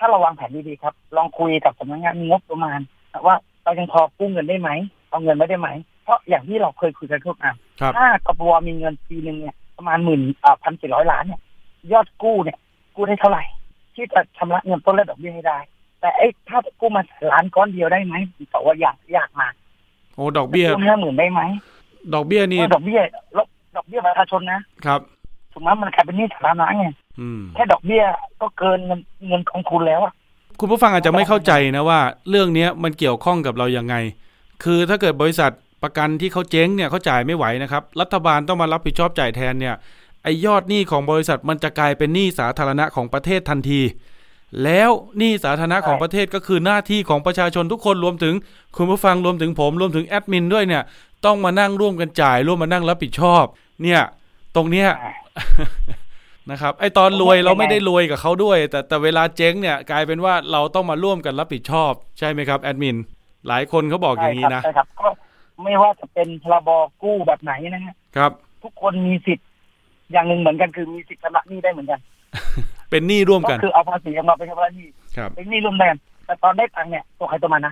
าเราวางแผนดีๆครับลองคุยกับสำนักงานงบประมาณว่าเรายังพอกู้เงินได้ไหมเอาเงินไม่ได้ไหมเพราะอย่างที่เราเคยคุยกันทุกอ่ะถ้ากปวมีเงินปีนึงเนี่ยประมาณหมื่นอ่าพันสี่ร้อยล้านเนี่ยยอดกู้เนี่ยกู้ได้เท่าไหร่ที่จะชำระเงินต้นและดอกเบี้ยให้ได้แต่ไอ้ถ้ากู้มาล้านก้อนเดียวได้ไหมแต่ว่าอยากยากมากโอ้ดอกเบี้ยกู้ห้าหมื่นได้ไหมดอกเบี้ยนี่ดอกเบี้ยลบดอกเบี้ยประชาชนนะครับถูกไหมมันกลายเป็นหนี้สาธารณะไงแค่ดอกเบี้ยก็เกินเงินเงินของคุณแล้วอ่ะคุณผู้ฟังอาจจะไม่เข้าใจนะว่าเรื่องนี้มันเกี่ยวข้องกับเรายังไงคือถ้าเกิดบริษัทประกันที่เขาเจ๊งเนี่ยเขาจ่ายไม่ไหวนะครับรัฐบาลต้องมารับผิดชอบจ่ายแทนเนี่ยไอ้ยอดหนี้ของบริษัทมันจะกลายเป็นหนี้สาธารณะของประเทศทันทีแล้วหนี้สาธารณะของประเทศก็คือหน้าที่ของประชาชนทุกคนรวมถึงคุณผู้ฟังรวมถึงผมรวมถึงแอดมินด้วยเนี่ยต้องมานั่งร่วมกันจ่ายร่วมมานั่งรับผิดชอบเนี่ยตรงเนี้ยนะครับไอ้ตอนรวยเราไม่ได้รวยกับเขาด้วยแต่แต่เวลาเจ๊งเนี่ยกลายเป็นว่าเราต้องมาร่วมกันรับผิดชอบใช่ไหมครับแอดมินหลายคนเขาบอกอย่างนี้นะใช่ครับก็ไม่ว่าจะเป็นพรบกู้แบบไหนนะฮะครับทุกคนมีสิทธิ์อย่างหนึ่งเหมือนกันคือมีสิทธิ์ชำระหนี้ได้เหมือนกันเป็นหนี้ร่วมกันก็คือเอาภาษีของเราไปชำระหนี้เป็นหนี้ร่วมกันแต่ตอนได้ตังค์เนี่ยตัวใครตัวมันนะ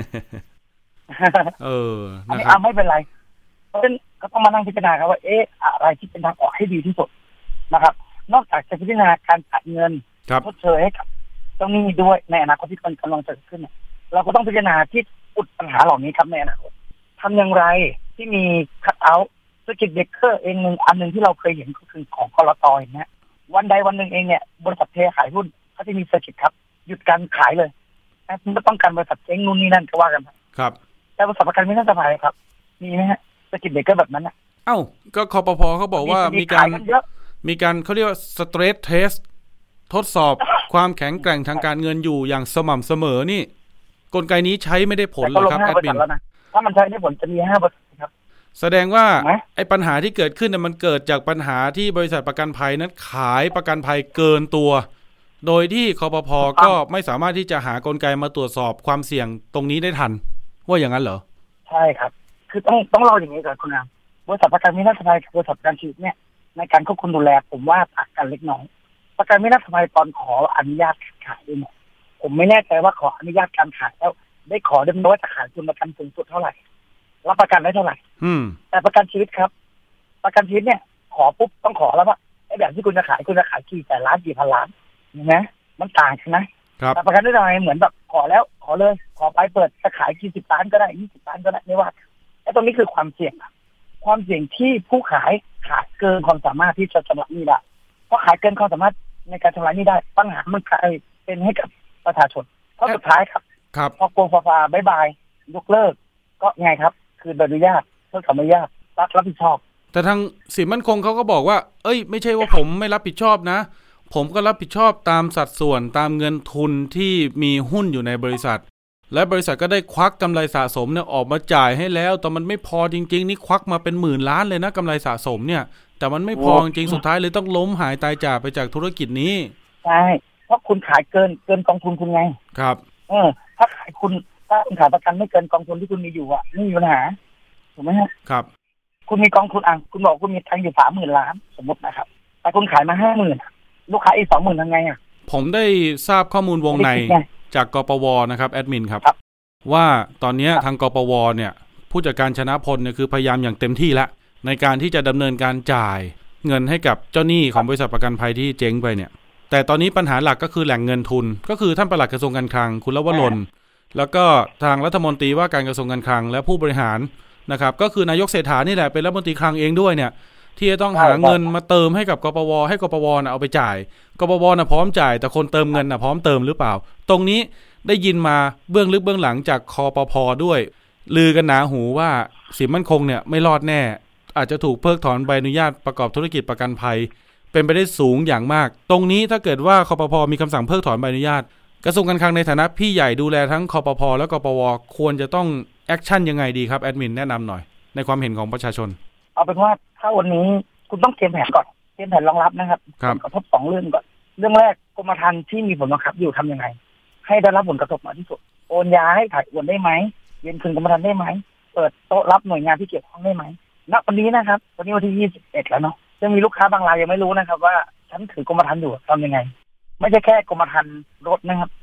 เออนะครับไม่เป็นไรเพราะฉะนั้นก็ต้องมานั่งพิจารณาครับว่าเอ๊ะอะไรที่เป็นทางออกให้ดีที่สุดนะครับนอกจากจะพิจารณาการจ่ายเงินชดเชยให้กับเจ้าหนี้ด้วยในอนาคตที่มันกำลังจะเกิดขึ้นเนี่ยเราก็ต้องพิจารณาที่อุดปัญหาเหล่านี้ครับในอนาคตทำอย่างไรที่มีคัทเอาท์เศรษฐกิจเบรกเกอร์เองหนึ่งอันหนึ่งที่เราเคยเห็นก็คือของกลต.อย่างเงี้ยวันใดวันหนึ่งเองเนี่ยบริษัทเทขายหุ้นเขาจะมีเศรษฐกิจครับหยุดการขายเลยนะไม่ต้องการบริษัทเจ๊งนู่นนี่นั่นก็ว่ากันครับแต่บริษัทประกันไม่น่าจะขายครับมีไหมฮะเศรษฐกิจเบรกเกอร์แบบนั้นอ่ะเอ้าก็คปภ.เขาบอกว่ามีการมีการเขาเรียกว่าสเตรสเทสทดสอบความแข็งแกร่งทางการเงินอยู่อย่างสม่ำเสมอนี่กลไกนี้ใช้ไม่ได้ผลเลยครับแอดมินถ้ามันใช้ได้ผลจะมีห้าเปอร์เซ็นต์ครับแสดงว่าไอ้ปัญหาที่เกิดขึ้นเนี่ยมันเกิดจากปัญหาที่บริษัทประกันภัยนั้นขายประกันภัยเกินตัวโดยที่คปภ.ก็ไม่สามารถที่จะหากลไกมาตรวจสอบความเสี่ยงตรงนี้ได้ทันว่าอย่างนั้นเหรอใช่ครับคือต้องต้องเล่าอย่างนี้ก่อนคุณนามบริษัทประกันวินาศภัยกับบริษัทประกันชีวิตเนี่ยในการควบคุมดูแลผมว่าต่างกันเล็กน้อยประกันวินาศภัยตอนขออนุญาตขายด้วยเนี่ยผมไม่แน่ใจว่าขออนุญาตการขายแล้วได้ขอได้ไหมว่าจะขายคุณประกันสูงสุดเท่าไหร่รับประกันได้เท่าไหร่แต่ประกันชีวิตครับประกันชีวิตเนี่ยขอปุ๊บต้องขอแล้วว่าไอ้แบบที่คุณจะขายคุณจะขายกี่แสนล้านกี่พันล้านเห็นไหมมันต่างใช่ไหมแต่ประกันได้ทำไมเหมือนแบบขอแล้วขอเลยขอไปเปิดจะขายกี่สิบล้านก็ได้ยี่สิบล้านก็ได้ไม่ว่าไอ้ตรงนี้คือความเสี่ยงความเสี่ยงที่ผู้ขายขายเกินความสามารถที่จะชำระหนี้ได้เพราะขายเกินความสามารถในการชำระหนี้ได้ปัญหามันกลายเป็นให้กับประชาชนเพราะสุดท้ายครับพอโกงฟาฟาบายบายยกเลิกก็ไงครับคือใบอนุญาตเพื่อขออนุญาตรับรับผิดชอบแต่ทางสินมั่นคงเขาก็บอกว่าเอ้ยไม่ใช่ว่าผมไม่รับผิดชอบนะผมก็รับผิดชอบตามสัดส่วนตามเงินทุนที่มีหุ้นอยู่ในบริษัทและบริษัทก็ได้ควักกำไรสะสมเนี่ยออกมาจ่ายให้แล้วแต่มันไม่พอจริงๆนี่ควักมาเป็นหมื่นล้านเลยนะกำไรสะสมเนี่ยแต่มันไม่พอจริงสุดท้ายเลยต้องล้มหายตายจากไปจากธุรกิจนี้ใช่เพราะคุณขายเกินเกินกองทุนคุณไงครับเออถ้าขายคุณถ้าคุณขายประกันไม่เกินกองทุนที่คุณมีอยู่อ่ะไม่มีปัญหาถูกไหมฮะครับคุณมีกองทุนอ่ะคุณบอกคุณมีตังค์อยู่สามหมื่นล้านสมมตินะครับแต่คุณขายมาห้าหมื่นลูกค้าอีกสองหมื่นทำไงอ่ะผมได้ทราบข้อมูลวงในจากกปวนะครับแอดมินครับว่าตอนนี้ทางกปวเนี่ยผู้จัดการชนะพลเนี่ยคือพยายามอย่างเต็มที่แล้วในการที่จะดำเนินการจ่ายเงินให้กับเจ้าหนี้ของบริษัทประกันภัยที่เจ๊งไปเนี่ยแต่ตอนนี้ปัญหาหลักก็คือแหล่งเงินทุนก็คือท่านปลัดกระทรวงการคลังคุณลวรนท์แล้วก็ทางรัฐมนตรีว่าการกระทรวงการคลังและผู้บริหารนะครับก็คือนายกเศรษฐานี่แหละเป็นรัฐมนตรีคลังเองด้วยเนี่ยที่จะต้องหาเงินมาเติมให้กับกปวให้กปวน่ะเอาไปจ่ายกปวน่ะพร้อมจ่ายแต่คนเติมเงินน่ะพร้อมเติมหรือเปล่าตรงนี้ได้ยินมาเบื้องลึกเบื้องหลังจากคปภด้วยลือกันหนาหูว่าสินมั่นคงเนี่ยไม่รอดแน่อาจจะถูกเพิกถอนใบอนุญาตประกอบธุรกิจประกันภัยเป็นไปได้สูงอย่างมากตรงนี้ถ้าเกิดว่าคปภมีคำสั่งเพิกถอนใบอนุญาตกระทรวงการคลังในฐานะพี่ใหญ่ดูแลทั้งคปภและกปวควรจะต้องแอคชั่นยังไงดีครับแอดมินแนะนำหน่อยในความเห็นของประชาชนเอาเป็นว่าถ้าวันนี้คุณต้องเตรียมแผนก่อนเตรียมแผนรองรับนะครับกระทบสองเรื่องก่อนเรื่องแรกกรมธรรม์ที่มีผลบังคับอยู่ทำยังไงให้ได้รับผลกระทบน้อยที่สุดโอนยาให้ถ่ายโอนได้ไหมเวียนคืนกรมธรรม์ได้ไหมเปิดโต๊ะรับหน่วยงานที่เกี่ยวข้องได้ไหมณวันนี้นะครับวันนี้วันที่ยี่สิบเอ็ดแล้วเนาะจะมีลูกค้าบางรายยังไม่รู้นะครับว่าฉันถือกรมธรรม์อยู่ทำยังไงไม่ใช่แค่กรมธรรม์รถนะครับ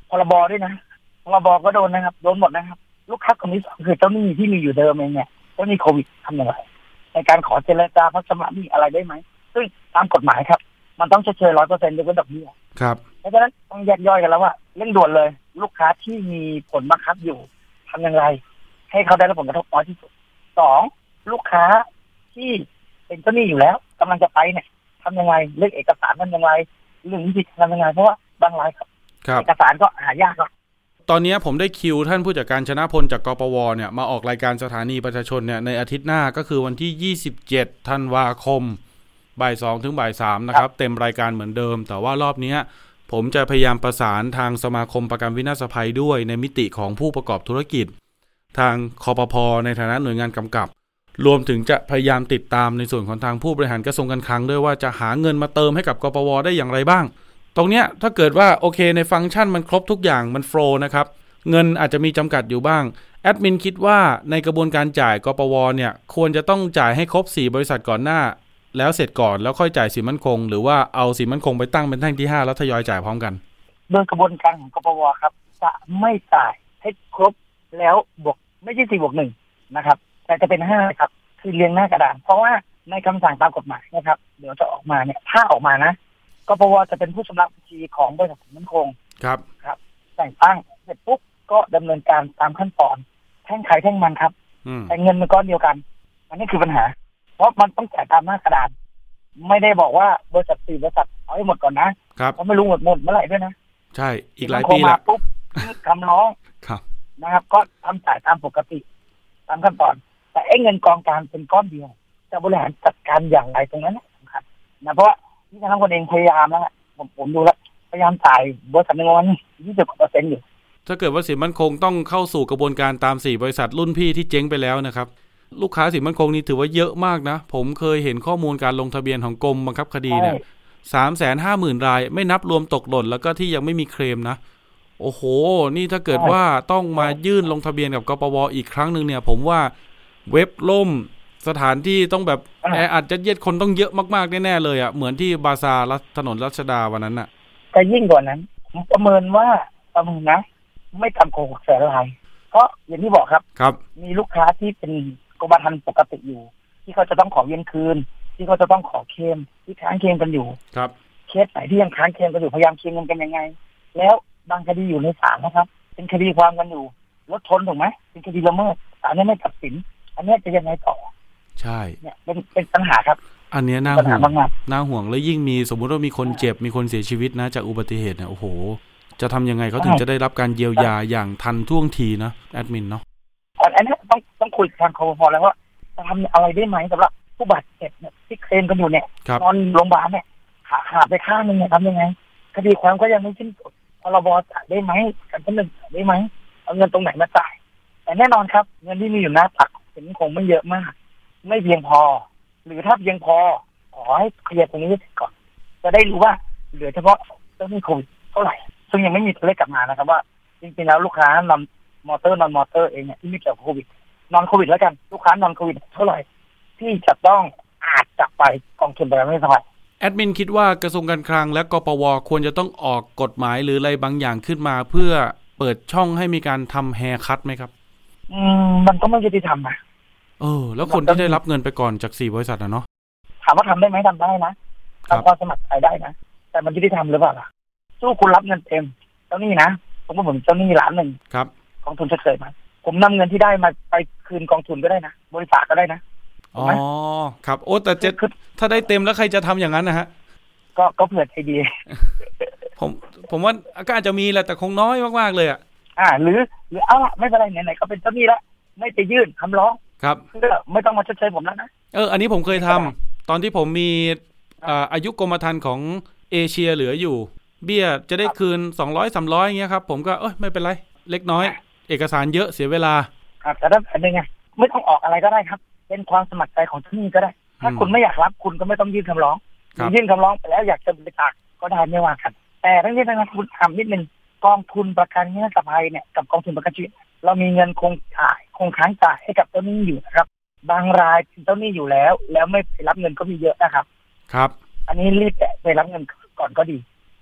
พรบด้วยนะพรบก็โดนนะครับโดนหมดนะครับลูกค้ากลุ่มที่สองคือเจ้าหนี้ที่มีอยู่เดิมเองเนี่ยเจ้าหนี้โควิดทำอย่างไรในการขอเจรจาพักชำระหนี้อะไรได้ไหมซึ่งตามกฎหมายครับมันต้องชดเชยร้อยเปอร์เซ็นต์ยกเว้นดอกเบี้ยครับเพราะฉะนั้นต้องแยกย่อยกันแล้วว่าเร่งด่วนเลยลูกค้าที่มีผลบังคับอยู่ทำอย่างไรให้เขาได้รับผลกระทบน้อยที่สุดสองลูกค้าที่เป็นเจ้าหนี้อยู่แล้วกำลังจะไปเนี่ยทำยังไงเรื่องเอกสารทำยังไงเรื่องนิติทำยังไงเพราะว่าบางรายครับเอกสารก็หายากครับตอนนี้ผมได้คิวท่านผู้จัดการชนะพลจากกปวเนี่ยมาออกรายการสถานีประชาชนเนี่ยในอาทิตย์หน้าก็คือวันที่ยี่สิบเจ็ดธันวาคมบ่ายสองถึงบ่ายสามนะครับเต็มรายการเหมือนเดิมแต่ว่ารอบนี้ผมจะพยายามประสานทางสมาคมประกันวินาศภัยด้วยในมิติของผู้ประกอบธุรกิจทางคปภ.ในฐานะหน่วยงานกำกับรวมถึงจะพยายามติดตามในส่วนของทางผู้บริหารกระทรวงการคลังด้วยว่าจะหาเงินมาเติมให้กับกปว.ได้อย่างไรบ้างตรงเนี้ยถ้าเกิดว่าโอเคในฟังก์ชันมันครบทุกอย่างมันโฟลว์นะครับเงินอาจจะมีจำกัดอยู่บ้างแอดมินคิดว่าในกระบวนการจ่ายกปว.เนี่ยควรจะต้องจ่ายให้ครบสี่บริษัทก่อนหน้าแล้วเสร็จก่อนแล้วค่อยจ่ายสินมั่นคงหรือว่าเอาสินมั่นคงไปตั้งเป็นแท่งที่ห้าแล้วทยอยจ่ายพร้อมกันโดยกระบวนการของกปว.ครับจะไม่จ่ายให้ครบแล้วบวกไม่ใช่สี่บวกหนึ่งนะครับแต่จะเป็นห้าครับคือเรียงหน้ากระดานเพราะว่าในคำสั่งตามกฎหมายนะครับเดี๋ยวจะออกมาเนี่ยถ้าออกมานะกปว.จะเป็นผู้ชำระบัญชีของบริษัทสินมั่นคงครับครับแต่งตั้งเสร็จปุ๊บก็ดำเนินการตามขั้นตอนแท่งใครแท่งมันครับแต่เงินมันก้อนเดียวกันอันนี้คือปัญหาเพราะมันต้องจ่ายตามหน้ากระดานไม่ได้บอกว่าบริษัทสี่บริษัทเอาให้หมดก่อนนะครับเขาไม่รู้หมดหมดเมื่อไหร่ด้วยนะใช่อีกหลายปีละปุ๊บคำร้องนะครับก็ทำจ่ายตามปกติตามขั้นตอนแต่ไอ้เงินกองกลางเป็นก้อนเดียวจะบริหารจัดการอย่างไรตรงนั้นสำคัญนะเพราะว่าที่ทางคนเองพยายามแล้วผมผมดูแล้วพยายามจ่ายบริษัทในวันยี่สิบเปอร์เซ็นต์อยู่ถ้าเกิดว่าสินมั่นคงต้องเข้าสู่กระบวนการตามสี่บริษัทรุ่นพี่ที่เจ๊งไปแล้วนะครับลูกค้าสินมั่นคงนี่ถือว่าเยอะมากนะผมเคยเห็นข้อมูลการลงทะเบียนของกรมบังคับคดีเนี่ยสามแสนห้าหมื่นรายไม่นับรวมตกหล่นแล้วก็ที่ยังไม่มีเคลมนะโอ้โหนี่ถ้าเกิดว่าต้องมายื่นลงทะเบียนกับกปว.อีกครั้งนึงเนี่ยผมว่าเว็บล่มสถานที่ต้องแบบแออัดยัดเยียดคนต้องเยอะมากๆแน่ๆเลยอ่ะเหมือนที่บาซาร์ถนนรัชดาวันนั้นน่ะแต่ยิ่งกว่านั้นผมประเมินว่าประเมินนะไม่ต่ำกว่าหกแสนรายเพราะอย่างที่บอกครับครับมีลูกค้าที่เป็นกรมธรรม์ปกติอยู่ที่เขาจะต้องขอเวียนคืนที่เขาจะต้องขอเคลมที่ค้างเคลมกันอยู่ครับเคสไหนที่ยังค้างเคลมกันอยู่พยายามเคลมกันยังไงแล้วบางคดีอยู่ในศาลนะครับเป็นคดีความกันอยู่รถชนถูกไหมเป็นคดีละเมิดศาลยังไม่ตัดสินอันนี้จะยังไงต่อใช่เนี่ยเป็นเป็นปัญหาครับอันนี้น่าห่วงน่าห่วงแล้วยิ่งมีสมมุติว่ามีคนเจ็บมีคนเสียชีวิตนะจากอุบัติเหตุเนี่ยโอ้โหจะทำยังไงเขาถึงจะได้รับการเยียวยาอย่างทันท่วงทีนะแอดมินเนาะอันนี้ต้องต้องคุยทางคปภ.แล้วว่าจะทำอะไรได้ไหมสำหรับผู้บาดเจ็บเนี่ยที่เคลมกันอยู่เนี่ยนอนโรงพยาบาลเนี่ยขาขาดไปข้างนึงเนี่ยทำยังไงคดีความก็ยังไม่สิ้นสุดพรบจ่ายได้ไหมกันชั้นหนึ่งได้ไหมเอาเงินตรงไหนมาจ่ายแต่แน่นอนครับเงินที่มีอยู่หน้าตักเป็นคงไม่เยอะมากไม่เพียงพอหรือถ้าเพียงพอขอให้เคลียร์ตรงนี้ก่อนจะได้รู้ว่าเหลือเฉพาะเจ้าหนี้โควิดเท่าไหร่ซึ่งยังไม่มีตัวเลขกลับมานะครับว่าจริงๆแล้วลูกค้านำมอเตอร์นอนมอเตอร์เองเนี่ยที่ไม่เกี่ยวกับโควิดนอนโควิดแล้วกันลูกค้านอนโควิดเท่าไหร่ที่จะต้องอาจจะไปกองทุนไปไม่สบายแอดมินคิดว่ากระทรวงการคลังและกปว.ควรจะต้องออกกฎหมายหรืออะไรบางอย่างขึ้นมาเพื่อเปิดช่องให้มีการทำแฮร์คัทไหมครับอืมมันก็ไม่ยุติธรรมนะเออแล้วคนที่ได้รับเงินไปก่อนจากสี่บริษัทนะเนาะถามว่าทำได้ไหมทำได้นะทำความสมัครใจได้นะแต่มันยุติธรรมหรือเปล่าล่ะสู้คุณรับเงินเต็มเจ้าหนี้นะผมว่าผมเจ้าหนี้ล้านหนึ่งครับกองทุนจะเคยมาผมนำเงินที่ได้มาไปคืนกองทุนก็ได้นะบริษัทก็ได้นะอ๋อครับโอ้แต่เจ็ดถ้าได้เต็มแล้วใครจะทำอย่างนั้นนะฮะก็ก็เผื่อใจดีผมผมว่าก็อาจจะมีแหละแต่คงน้อยมากๆเลยอ่ะอ่าหรือหรือเอาละไม่เป็นไรไหนๆก็เป็นเจ้าหนี้แล้วไม่ไปยื่นคำร้องครับเพื่อไม่ต้องมาชดเชยผมแล้วนะเอออันนี้ผมเคยทำตอนที่ผมมีอ่าอายุกรมธรรม์ของเอเชียเหลืออยู่เบี้ยจะได้คืนสองร้อย สามร้อยอย่างเงี้ยครับผมก็เอ้ยไม่เป็นไรเล็กน้อยเอกสารเยอะเสียเวลาครับแต่ถ้าเป็นยังไงไม่ต้องออกอะไรก็ได้ครับเป็นความสมัครใจของที่นี่ก็ได้ถ้าคุณไม่อยากรับคุณก็ไม่ต้องยื่นคำร้องยื่นคำร้องไปแล้วอยากจะบริจาคก็ได้ไม่ว่ากันแต่ทั้งนี้ทั้งนั้นคุณทำนิดนึงกองทุนประกันวินาศภัยเนี่ยกับกองทุนประกันชีวิตเรามีเงินคงจ่ายคงค้างจ่ายให้กับเจ้าหนี้อยู่นะครับบางรายเป็นเจ้าหนี้อยู่แล้วแล้วไม่ไปรับเงินก็มีเยอะนะครับครับอันนี้รีบไปรับเงินก่อนก็ดี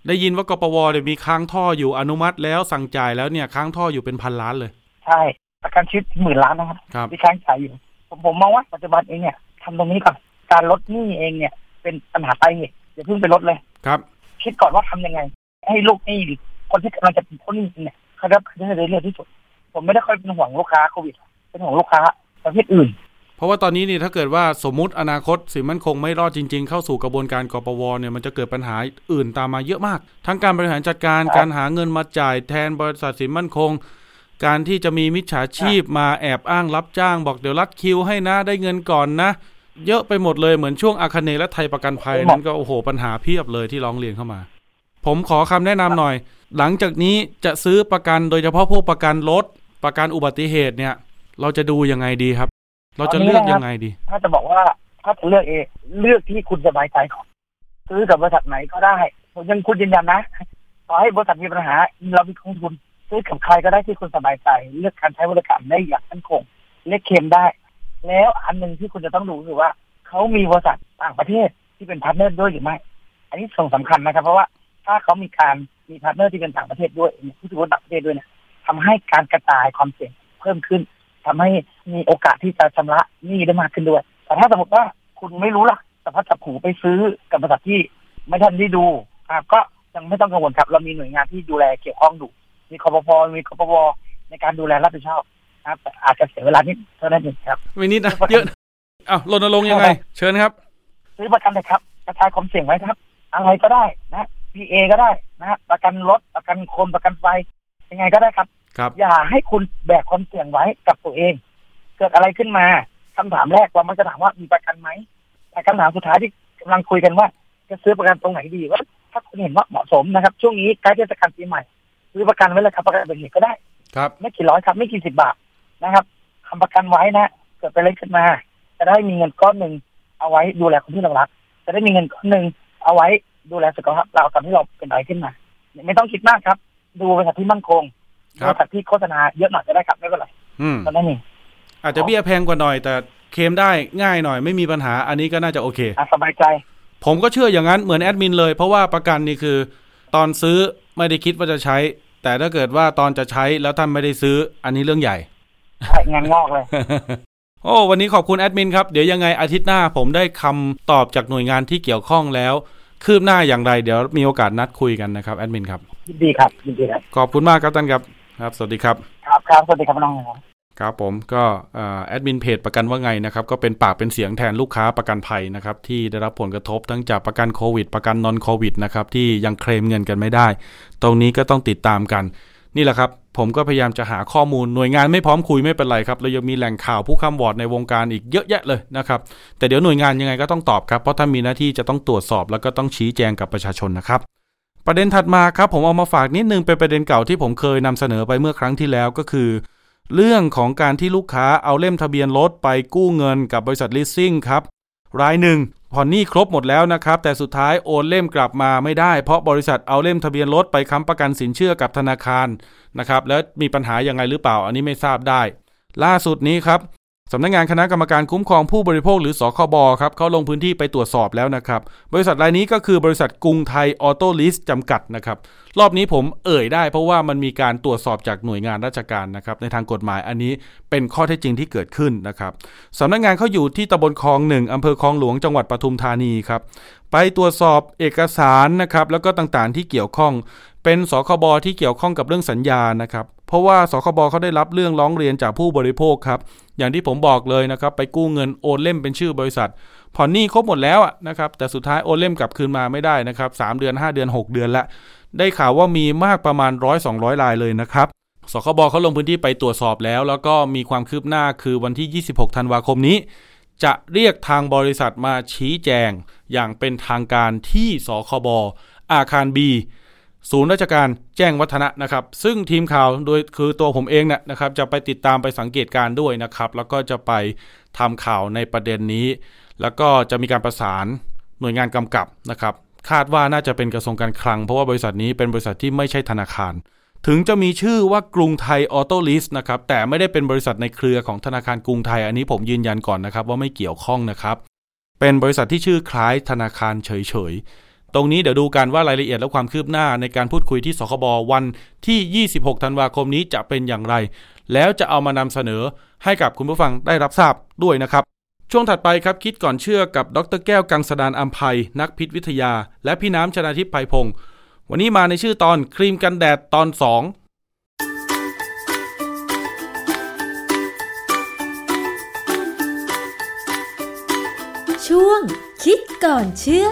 ได้ยินว่ากปวเนี่ยมีค้างท่ออยู่อนุมัติแล้วสั่งจ่ายแล้วเนี่ยค้างท่ออยู่เป็นพันล้านเลยใช่ประกันชีวิตหมื่นล้านนะครับที่ค้างจ่ายอยู่ผมผมมองว่าปัจจุบันเองเนี่ยทำตรงนี้ก่อนการลดหนี้เองเนี่ยเป็นปัญหาปลายเหตุอย่าเพิ่งไปลดเลยครับคิดก่อนว่าทำยังไงให้ลูกหนี้หรือคนที่กำลังจะเป็นคนหนี้เนี่ยเขาได้ได้เร็วที่สุดผมไม่ได้ค่อยเป็นห่วงลูกค้าโควิดเป็นห่วงลูกค้าประเภทอื่นเพราะว่าตอนนี้นี่ถ้าเกิดว่าสมมุติอนาคตสินมั่นคงไม่รอดจริงๆเข้าสู่กระบวนการกปวเนี่ยมันจะเกิดปัญหาอื่นตามมาเยอะมากทั้งการบริหารจัดการการหาเงินมาจ่ายแทนบริษัทสินมั่นคงการที่จะมีมิจฉาชีพมาแอบอ้างรับจ้างบอกเดี๋ยวรัดคิวให้นะได้เงินก่อนนะเยอะไปหมดเลยเหมือนช่วงอาคเนย์และไทยประกันภัยนั้นก็โอ้โหปัญหาเพียบเลยที่ร้องเรียนเข้ามาผมขอคำแนะนำหน่อยหลังจากนี้จะซื้อประกันโดยเฉพาะพวกประกันรถประกันอุบัติเหตุเนี่ยเราจะดูยังไงดีครับเราจะเลือกยังไงดีถ้าจะบอกว่าถ้าจะเลือกเองเลือกที่คุณสบายใจก่อนซื้อกับบริษัทไหนก็ได้ผมยังคุณยืนยันนะต่อให้บริษัทมีปัญหาเรามีกองทุนซื้อกับใครก็ได้ที่คุณสบายใจเลือกการใช้บริการได้อย่างมั่นคงเล็กเค็มได้แล้วอันนึงที่คุณจะต้องดูคือว่าเขามีบริษัทต่างประเทศที่เป็นพาร์ทเนอร์ด้วยหรือไม่อันนี้ส่งสำคัญนะครับเพราะว่าถ้าเขามีการมีพาร์ทเนอร์ที่เป็นต่างประเทศด้วยผู้ถือหุ้นต่างประเทศด้วยเนี่ยทำให้การกระจายความเสี่ยงเพิ่มขึ้นทำให้มีโอกาสที่จะชำระหนี้ได้มากขึ้นด้วยแต่ถ้าสมมติว่าคุณไม่รู้ล่ะแต่พัดจับผูไปซื้อกับบริษัทที่ไม่ทันได้ดูอ่าก็ยังไม่ต้องกังวลครับเรามีหน่วยงานที่ดูแลเกี่ยวข้องดูมีคปภมีคปวในการดูแลรับผิดชอบครับอาจจะเสียเวลานิดเท่านั้นเองครับไม่นิดนะเยอะอ้าวรณรงค์ยังไงเชิญครับซื้อประกันเลยครับกระจายความเสี่ยงไว้ครับอะไรก็ได้นะ พี เอ ก็ได้นะประกันรถประกันคนประกันไฟยังไงก็ได้ครับอย่าให้คุณแบกความเสี่ยงไว้กับตัวเองเกิดอะไรขึ้นมาคำถามแรกว่ามันจะถามว่ามีประกันไหมแต่คำถามสุดท้ายที่กำลังคุยกันว่าจะซื้อประกันตรงไหนดีว่าถ้าคุณเห็นว่าเหมาะสมนะครับช่วงนี้ใกล้เทศกาลปีใหม่ซื้อประกันไว้เลยครับประกันอุบัติเหตุก็ได้ครับไม่กี่ร้อยครับไม่กี่สิบบาทนะครับทำประกันไว้นะเกิดไปอะไรขึ้นมาจะได้มีเงินก้อนหนึ่งเอาไว้ดูแลคนที่เรารักจะได้มีเงินก้อนหนึ่งเอาไว้ดูแลสุขภาพเราตอนที่เราเป็นอะไรขึ้นมาไม่ต้องคิดมากครับดูบริษัทที่มั่นคงบริษัทที่โฆษณาเยอะหน่อยก็ได้ครับไม่เป็นไรตอนนั้นเองอาจจะเบี้ยแพงกว่าหน่อยแต่เคลมได้ง่ายหน่อยไม่มีปัญหาอันนี้ก็น่าจะโอเคสบายใจผมก็เชื่ออย่างนั้นเหมือนแอดมินเลยเพราะว่าประกันนี่คือตอนซื้อไม่ได้คิดว่าจะใช้แต่ถ้าเกิดว่าตอนจะใช้แล้วท่านไม่ได้ซื้ออันนี้เรื่องใหญ่ใช่งานงอกเลยโอ้วันนี้ขอบคุณแอดมินครับเดี๋ยวยังไงอาทิตย์หน้าผมได้คำตอบจากหน่วยงานที่เกี่ยวข้องแล้วคืบหน้าอย่างไรเดี๋ยวมีโอกาสนัดคุยกันนะครับแอดมินครับยินดีครับยินดีครับขอบคุณมากครับท่านครับครับสวัสดีครับครับครับสวัสดีครับน้องครับครับผมก็แอดมินเพจประกันว่าไงนะครับก็เป็นปากเป็นเสียงแทนลูกค้าประกันภัยนะครับที่ได้รับผลกระทบทั้งจากประกันโควิดประกันนอนโควิดนะครับที่ยังเคลมเงินกันไม่ได้ตรงนี้ก็ต้องติดตามกันนี่แหละครับผมก็พยายามจะหาข้อมูลหน่วยงานไม่พร้อมคุยไม่เป็นไรครับเรายังมีแหล่งข่าวผู้ค้ำวอร์ดในวงการอีกเยอะแยะเลยนะครับแต่เดี๋ยวหน่วยงานยังไงก็ต้องตอบครับเพราะท่านมีหน้าที่จะต้องตรวจสอบแล้วก็ต้องชี้แจงกับประชาชนนะครับประเด็นถัดมาครับผมเอามาฝากนิดนึงเป็นประเด็นเก่าที่ผมเคยนำเสนอไปเมื่อครั้งที่แล้วก็คือเรื่องของการที่ลูกค้าเอาเล่มทะเบียนรถไปกู้เงินกับบริษัทลีสซิ่งครับรายหนึ่งผ่อนหนี้ครบหมดแล้วนะครับแต่สุดท้ายโอนเล่มกลับมาไม่ได้เพราะบริษัทเอาเล่มทะเบียนรถไปค้ำประกันสินเชื่อกับธนาคารนะครับแล้วมีปัญหายังไงหรือเปล่าอันนี้ไม่ทราบได้ล่าสุดนี้ครับสำนักงานคณะกรรมการคุ้มครองผู้บริโภคหรือสคบครับเขาลงพื้นที่ไปตรวจสอบแล้วนะครับบริษัทรายนี้ก็คือบริษัทกรุงไทยออโต้ลีสจำกัดนะครับรอบนี้ผมเอ่ยได้เพราะว่ามันมีการตรวจสอบจากหน่วยงานราชการนะครับในทางกฎหมายอันนี้เป็นข้อเท็จจริงที่เกิดขึ้นนะครับสำนักงานเขาอยู่ที่ตำบลคลองหนึ่งอำเภอคลองหลวงจังหวัดปทุมธานีครับไปตรวจสอบเอกสารนะครับแล้วก็ต่างๆที่เกี่ยวข้องเป็นสคบที่เกี่ยวข้องกับเรื่องสัญญานะครับเพราะว่าสคบเขาได้รับเรื่องร้องเรียนจากผู้บริโภคครับอย่างที่ผมบอกเลยนะครับไปกู้เงินโอนเล่มเป็นชื่อบริษัทผ่อนหนี้ครบหมดแล้วอ่ะนะครับแต่สุดท้ายโอนเล่มกลับคืนมาไม่ได้นะครับสามเดือนห้าเดือนหกเดือนละได้ข่าวว่ามีมากประมาณหนึ่งร้อย สองร้อยรายเลยนะครับสคบเขาลงพื้นที่ไปตรวจสอบแล้วแล้วก็มีความคืบหน้าคือวันที่ยี่สิบหกธันวาคมนี้จะเรียกทางบริษัทมาชี้แจงอย่างเป็นทางการที่สคบอาคาร Bศูนย์ราชการแจ้งวัฒนะนะครับซึ่งทีมข่าวโดยคือตัวผมเองเนี่ยนะครับจะไปติดตามไปสังเกตการด้วยนะครับแล้วก็จะไปทำข่าวในประเด็นนี้แล้วก็จะมีการประสานหน่วยงานกำกับนะครับคาดว่าน่าจะเป็นกระทรวงการคลังเพราะว่าบริษัทนี้เป็นบริษัทที่ไม่ใช่ธนาคารถึงจะมีชื่อว่ากรุงไทยออโต้ลีสนะครับแต่ไม่ได้เป็นบริษัทในเครือของธนาคารกรุงไทยอันนี้ผมยืนยันก่อนนะครับว่าไม่เกี่ยวข้องนะครับเป็นบริษัทที่ชื่อคล้ายธนาคารเฉยๆตรงนี้เดี๋ยวดูกันว่ารายละเอียดและความคืบหน้าในการพูดคุยที่สคบวันที่ยี่สิบหกธันวาคมนี้จะเป็นอย่างไรแล้วจะเอามานำเสนอให้กับคุณผู้ฟังได้รับทราบด้วยนะครับช่วงถัดไปครับคิดก่อนเชื่อกับดร.แก้วกังสดาลอำไพนักพิษวิทยาและพี่น้ำชนาทิพย์ไพพงศ์วันนี้มาในชื่อตอนครีมกันแดดตอนสองช่วงคิดก่อนเชื่อ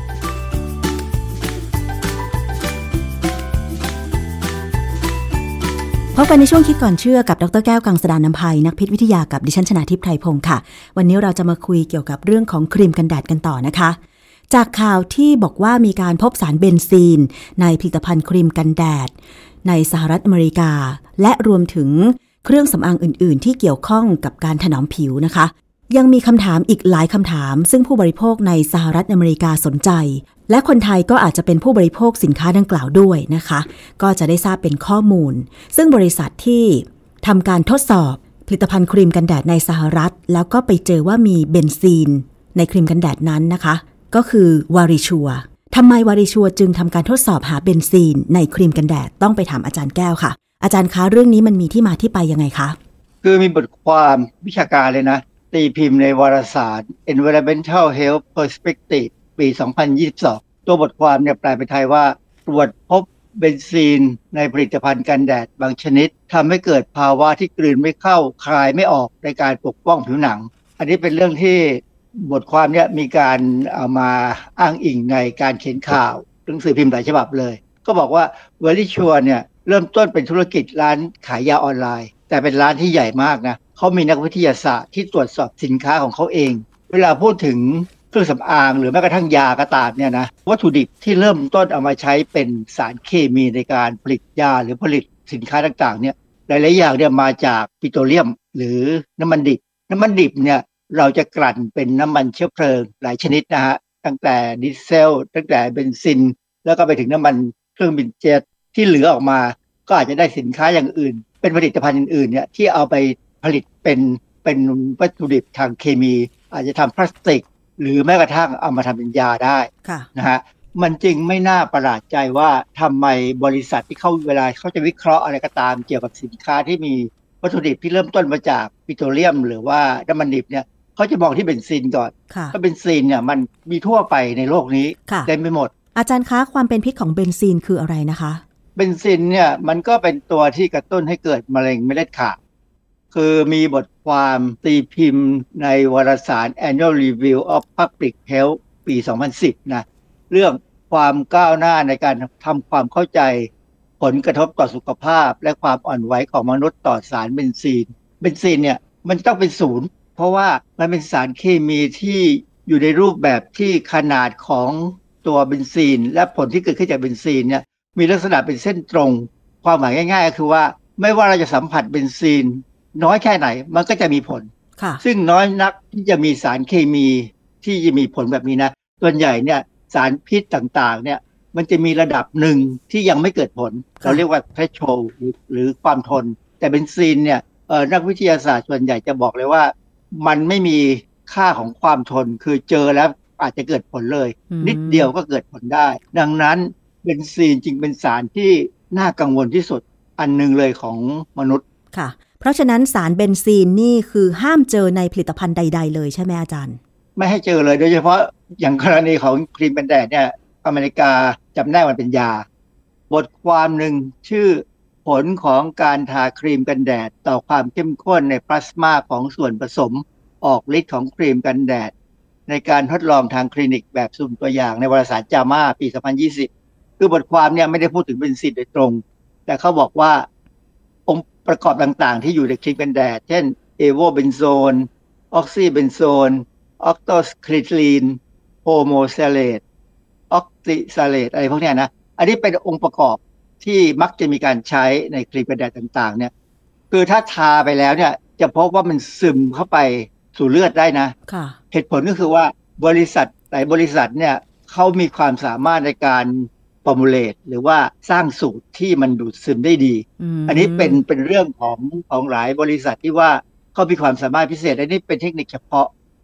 พบกันในช่วงคิดก่อนเชื่อกับดร.แก้วกังสดาลอำไพนักพิษวิทยากับดิฉันชนาทิพย์ไพพงศ์ค่ะวันนี้เราจะมาคุยเกี่ยวกับเรื่องของครีมกันแดดกันต่อนะคะจากข่าวที่บอกว่ามีการพบสารเบนซีนในผลิตภัณฑ์ครีมกันแดดในสหรัฐอเมริกาและรวมถึงเครื่องสำอางอื่นๆที่เกี่ยวข้องกับการถนอมผิวนะคะยังมีคำถามอีกหลายคำถามซึ่งผู้บริโภคในสหรัฐอเมริกาสนใจและคนไทยก็อาจจะเป็นผู้บริโภคสินค้าดังกล่าวด้วยนะคะก็จะได้ทราบเป็นข้อมูลซึ่งบริษัทที่ทำการทดสอบผลิตภัณฑ์ครีมกันแดดในสหรัฐแล้วก็ไปเจอว่ามีเบนซีนในครีมกันแดดนั้นนะคะก็คือวาริชัวทำไมวาริชัวจึงทำการทดสอบหาเบนซีนในครีมกันแดดต้องไปถามอาจารย์แก้วค่ะอาจารย์คะเรื่องนี้มันมีที่มาที่ไปยังไงคะคือมีบทความวิชาการเลยนะตีพิมพ์ในวารสาร Environmental Health Perspective ปี สองพันยี่สิบสอง ตัวบทความเนี่ยแปลเป็นไทยว่าตรวจพบเบนซีนในผลิตภัณฑ์กันแดดบางชนิดทำให้เกิดภาวะที่กลืนไม่เข้าคลายไม่ออกในการปกป้องผิวหนังอันนี้เป็นเรื่องที่บทความเนี่ยมีการเอามาอ้างอิงในการเขียนข่าวหนังสือพิมพ์หลายฉบับเลยก็บอกว่า Verisure เนี่ยเริ่มต้นเป็นธุรกิจร้านขายยาออนไลน์แต่เป็นร้านที่ใหญ่มากนะเขามีนักวิทยาศาสตร์ที่ตรวจสอบสินค้าของเขาเองเวลาพูดถึงเครื่องสำอางหรือแม้กระทั่งยากระตาดเนี่ยนะวัตถุดิบที่เริ่มต้นเอามาใช้เป็นสารเคมีในการผลิตยาหรือผลิตสินค้าต่างๆเนี่ยหลายๆอย่างเนี่ยมาจากปิโตรเลียมหรือน้ำมันดิบน้ำมันดิบเนี่ยเราจะกลั่นเป็นน้ำมันเชื้อเพลิงหลายชนิดนะฮะตั้งแต่ดีเซลตั้งแต่เบนซินแล้วก็ไปถึงน้ำมันเครื่องบินเจ็ตที่เหลือออกมาก็อาจจะได้สินค้าอย่างอื่นเป็นผลิตภัณฑ์อื่นๆเนี่ยที่เอาไปผลิตเป็นเป็นวัตถุดิบทางเคมีอาจจะทำพลาสติกหรือแม้กระทั่งเอามาทำเป็นยาได้นะฮะมันจึงไม่น่าประหลาดใจว่าทำไมบริษัทที่เขาเวลาเขาจะวิเคราะห์อะไรก็ตามเกี่ยวกับสินค้าที่มีวัตถุดิบที่เริ่มต้นมาจากปิโตรเลียมหรือว่าน้ำมันดิบเนี่ยเขาจะมองที่เบนซินก่อนเพราะเบนซินเนี่ยมันมีทั่วไปในโลกนี้เต็มไปหมดอาจารย์คะความเป็นพิษของเบนซินคืออะไรนะคะเบนซินเนี่ยมันก็เป็นตัวที่กระตุ้นให้เกิดมะเร็งเม็ดเลือดขาวคือมีบทความตีพิมพ์ในวารสาร Annual Review of Public Health ปี สองพันสิบ นะเรื่องความก้าวหน้าในการทำความเข้าใจผลกระทบต่อสุขภาพและความอ่อนไหวของมนุษย์ต่อสารเบนซีนเบนซีนเนี่ยมันต้องเป็นศูนย์เพราะว่ามันเป็นสารเคมีที่อยู่ในรูปแบบที่ขนาดของตัวเบนซีนและผลที่เกิดขึ้นจากเบนซีนเนี่ยมีลักษณะเป็นเส้นตรงความหมายง่ายๆก็คือว่าไม่ว่าเราจะสัมผัสเบนซีนน้อยแค่ไหนมันก็จะมีผลซึ่งน้อยนักที่จะมีสารเคมีที่จะมีผลแบบนี้นะส่วนใหญ่เนี่ยสารพิษต่างๆเนี่ยมันจะมีระดับหนึ่งที่ยังไม่เกิดผลเราเรียกว่า threshold หรือความทนแต่เบนซีนเนี่ยเอ่อนักวิทยาศาสตร์ส่วนใหญ่จะบอกเลยว่ามันไม่มีค่าของความทนคือเจอแล้วอาจจะเกิดผลเลยนิดเดียวก็เกิดผลได้ดังนั้นเบนซีนจึงเป็นสารที่น่ากังวลที่สุดอันนึงเลยของมนุษย์ค่ะเพราะฉะนั้นสารเบนซีนนี่คือห้ามเจอในผลิตภัณฑ์ใดๆเลยใช่ไหมอาจารย์ไม่ให้เจอเลยโดยเฉพาะอย่างกรณีของครีมกันแดดเนี่ยอเมริกาจำแนกมันเป็นยาบทความหนึ่งชื่อผลของการทาครีมกันแดดต่อความเข้มข้นในพลาสมาของส่วนผสมออกฤทธิ์ของครีมกันแดดในการทดลองทางคลินิกแบบสุ่มตัวอย่างในวารสาร จาม่า ปี สองพันยี่สิบคือบทความเนี่ยไม่ได้พูดถึงเบนซินโดยตรงแต่เขาบอกว่าองค์ประกอบต่างๆที่อยู่ในครีมกันแดดเช่นเอโวเบนโซนออกซิเบนโซนออกโตสคลิลีนโฮโมเซเลตออกซิซาเลตอะไรพวกนี้นะอันนี้เป็นองค์ประกอบที่มักจะมีการใช้ในครีมกันแดดต่างๆเนี่ยคือถ้าทาไปแล้วเนี่ยจะพบว่ามันซึมเข้าไปสู่เลือดได้นะเหตุผลก็คือว่าบริษัทหลายบริษัทเนี่ยเขามีความสามารถในการฟอร์มูเลตหรือว่าสร้างสูตรที่มันดูดซึมได้ดี อ, อันนี้เป็นเป็นเรื่องของของหลายบริษัทที่ว่าเขามีความสามารถพิเศษอันนี้เป็นเทคนิคเฉพาะ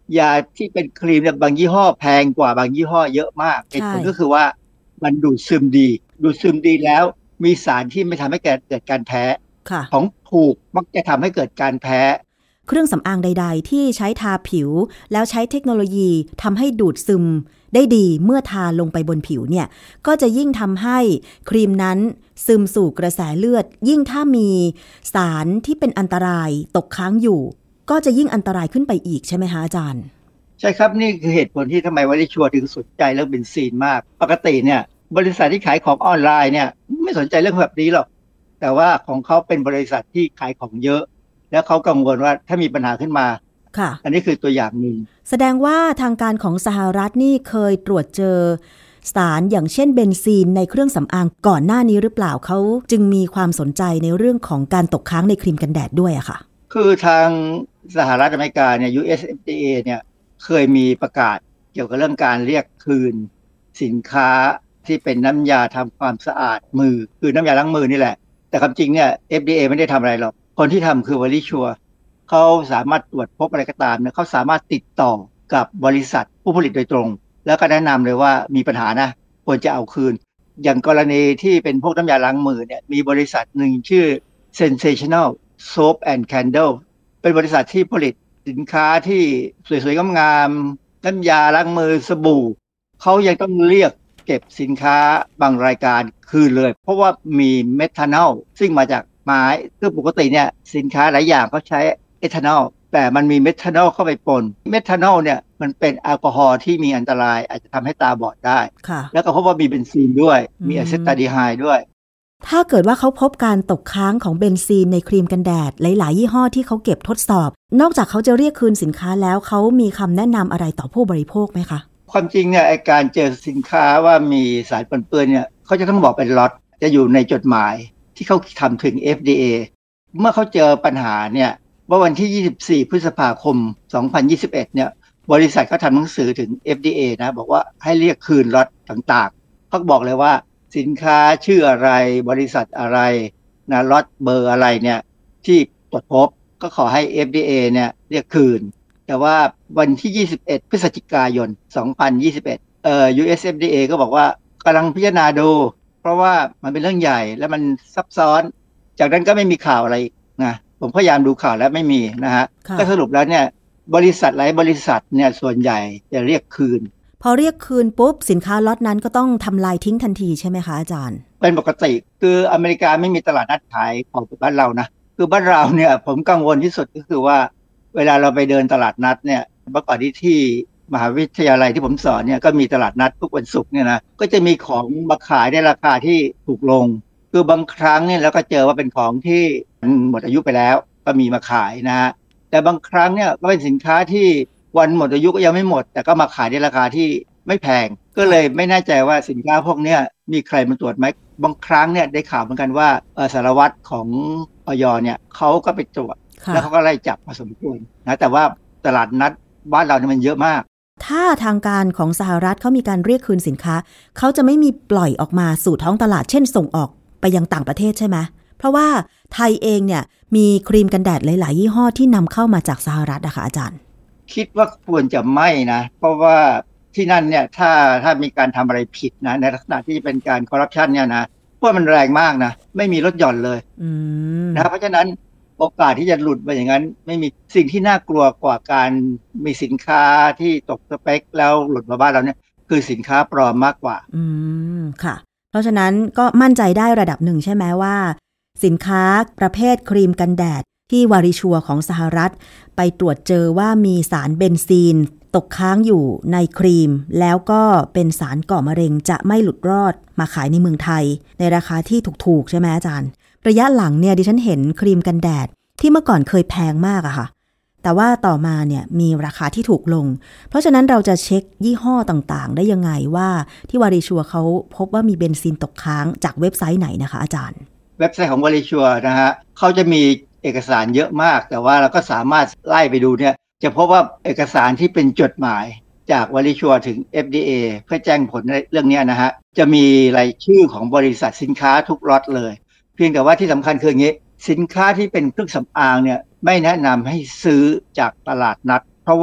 ยาที่เป็นครีมเนี่ยบางยี่ห้อแพงกว่าบางยี่ห้อเยอะมากเหตุผลก็คือว่ามันดูดซึมดีดูดซึมดีแล้วมีสารที่ไม่ทำให้เกิดการแพ้ของถูกมักจะทำให้เกิดการแพ้เครื่องสำอางใดๆที่ใช้ทาผิวแล้วใช้เทคโนโลยีทำให้ดูดซึมได้ดีเมื่อทาลงไปบนผิวเนี่ยก็จะยิ่งทำให้ครีมนั้นซึมสู่กระแสเลือดยิ่งถ้ามีสารที่เป็นอันตรายตกค้างอยู่ก็จะยิ่งอันตรายขึ้นไปอีกใช่ไหมคะอาจารย์ใช่ครับนี่คือเหตุผลที่ทำไมวลิชัวร์ถึงสนใจเรื่องเบนซีนมากปกติเนี่ยบริษัทที่ขายของออนไลน์เนี่ยไม่สนใจเรื่องแบบนี้หรอกแต่ว่าของเขาเป็นบริษัทที่ขายของเยอะแล้วเขากังวลว่าถ้ามีปัญหาขึ้นมาค่ะอันนี้คือตัวอย่างหนึ่งแสดงว่าทางการของสหรัฐนี่เคยตรวจเจอสารอย่างเช่นเบนซีนในเครื่องสำอางก่อนหน้านี้หรือเปล่าเขาจึงมีความสนใจในเรื่องของการตกค้างในครีมกันแดดด้วยอะค่ะคือทางสหรัฐอเมริกาเนี่ย ยู เอส เอฟ ดี เอ เนี่ยเคยมีประกาศเกี่ยวกับเรื่องการเรียกคืนสินค้าที่เป็นน้ำยาทำความสะอาดมือคือน้ำยาล้างมือนี่แหละแต่ความจริงเนี่ย เอฟ ดี เอ ไม่ได้ทำอะไรหรอกคนที่ทำคือวลิชัวร์เขาสามารถตรวจพบอะไรก็ตามเนี่ยเขาสามารถติดต่อกับบริษัทผู้ผลิตโดยตรงแล้วก็แนะนำเลยว่ามีปัญหานะควรจะเอาคืนอย่างกรณีที่เป็นพวกน้ำยาล้างมือเนี่ยมีบริษัทหนึ่งชื่อ Sensational Soap and Candle เป็นบริษัทที่ผลิตสินค้าที่สวยๆงามๆน้ำยาล้างมือสบู่เขายังต้องเรียกเก็บสินค้าบางรายการคืนเลยเพราะว่ามีเมทานอลซึ่งมาจากไม้คือปกติเนี่ยสินค้าหลายอย่างเขาใช้เอทานอลแต่มันมีเมทานอลเข้าไปปนเมทานอลเนี่ยมันเป็นแอลกอฮอล์ที่มีอันตรายอาจจะทำให้ตาบอดได้แล้วก็พบว่ามีเบนซีนด้วยมีอะเซตาดีไฮด์ด้วยถ้าเกิดว่าเขาพบการตกค้างของเบนซีนในครีมกันแดดหลายๆยี่ห้อที่เขาเก็บทดสอบนอกจากเขาจะเรียกคืนสินค้าแล้วเขามีคำแนะนำอะไรต่อผู้บริโภคไหมคะความจริงเนี่ยไอ้การเจอสินค้าว่ามีสารปนเปื้อนเนี่ยเขาจะต้องบอกเป็นล็อตจะอยู่ในจดหมายที่เขาทำถึง เอฟ ดี เอ เมื่อเขาเจอปัญหาเนี่ยว่าวันที่ยี่สิบสี่พฤษภาคมสองพันยี่สิบเอ็ดเนี่ยบริษัทเขาทำหนังสือถึง เอฟ ดี เอ นะบอกว่าให้เรียกคืนล็อตต่างๆเขาบอกเลยว่าสินค้าชื่ออะไรบริษัทอะไรนะล็อตเบอร์อะไรเนี่ยที่ตรวจพบก็ขอให้ เอฟ ดี เอ เนี่ยเรียกคืนแต่ว่าวันที่ยี่สิบเอ็ดพฤศจิกายนสองพันยี่สิบเอ็ดเอ่อ ยู เอส เอฟ ดี เอ ก็บอกว่ากำลังพิจารณาดูเพราะว่ามันเป็นเรื่องใหญ่และมันซับซ้อนจากนั้นก็ไม่มีข่าวอะไรนะผมพยายามดูข่าวแล้วไม่มีนะฮะก็สรุปแล้วเนี่ยบริษัทหลายบริษัทเนี่ยส่วนใหญ่จะเรียกคืนพอเรียกคืนปุ๊บสินค้าล็อตนั้นก็ต้องทำลายทิ้งทันทีใช่ไหมคะอาจารย์เป็นปกติคืออเมริกาไม่มีตลาดนัดขายของบ้านเรานะคือบ้านเราเนี่ยผมกังวลที่สุดก็คือว่าเวลาเราไปเดินตลาดนัดเนี่ยเมื่อก่อนที่ที่มหาวิทยาลัยที่ผมสอนเนี่ยก็มีตลาดนัดทุกวันศุกร์เนี่ยนะก็จะมีของมาขายในราคาที่ถูกลงคือบางครั้งเนี่ยเราก็เจอว่าเป็นของที่หมดอายุไปแล้วก็มีมาขายนะฮะแต่บางครั้งเนี่ยก็เป็นสินค้าที่วันหมดอายุก็ยังไม่หมดแต่ก็มาขายในราคาที่ไม่แพงก็เลยไม่แน่ใจว่าสินค้าพวกนี้มีใครมาตรวจไหมบางครั้งเนี่ยได้ข่าวเหมือนกันว่าสารวัตรของอย.เนี่ยเขาก็ไปตรวจแล้วเขาก็ไล่จับมาสมควรนะแต่ว่าตลาดนัดบ้านเราเนี่ยมันเยอะมากถ้าทางการของสหรัฐเขามีการเรียกคืนสินค้าเขาจะไม่มีปล่อยออกมาสู่ท้องตลาดเช่นส่งออกไปยังต่างประเทศใช่ไหมเพราะว่าไทยเองเนี่ยมีครีมกันแดดหลายๆยี่ห้อที่นำเข้ามาจากสหรัฐนะคะอาจารย์คิดว่าควรจะไม่นะเพราะว่าที่นั่นเนี่ยถ้าถ้ามีการทำอะไรผิดนะในลักษณะที่เป็นการคอร์รัปชันเนี่ยนะเพราะมันแรงมากนะไม่มีลดหย่อนเลยนะเพราะฉะนั้นโอกาสที่จะหลุดไปอย่างนั้นไม่มีสิ่งที่น่ากลัวกว่าการมีสินค้าที่ตกสเปคแล้วหลุดมาบ้านเราเนี่ยคือสินค้าปลอมมากกว่าอืมค่ะเพราะฉะนั้นก็มั่นใจได้ระดับหนึ่งใช่ไหมว่าสินค้าประเภทครีมกันแดดที่วาริชัวของสหรัฐไปตรวจเจอว่ามีสารเบนซีนตกค้างอยู่ในครีมแล้วก็เป็นสารก่อมะเร็งจะไม่หลุดรอดมาขายในเมืองไทยในราคาที่ถูกๆใช่ไหมอาจารย์ระยะหลังเนี่ยดิฉันเห็นครีมกันแดดที่เมื่อก่อนเคยแพงมากอะค่ะแต่ว่าต่อมาเนี่ยมีราคาที่ถูกลงเพราะฉะนั้นเราจะเช็คยี่ห้อต่างๆได้ยังไงว่าที่วาริชัวเขาพบว่ามีเบนซินตกค้างจากเว็บไซต์ไหนนะคะอาจารย์เว็บไซต์ของวาริชัวนะฮะเขาจะมีเอกสารเยอะมากแต่ว่าเราก็สามารถไล่ไปดูเนี่ยจะพบว่าเอกสารที่เป็นจดหมายจากวาริชัวถึง เอฟ ดี เอ เพื่อแจ้งผลในเรื่องนี้นะฮะจะมีรายชื่อของบริษัทสินค้าทุกล็อตเลยเพียงแต่ว่าที่สำคัญคืออย่างนี้สินค้าที่เป็นเครื่องสำอางเนี่ยไม่แนะนำให้ซื้อจากตลาดนัดเพราะว่า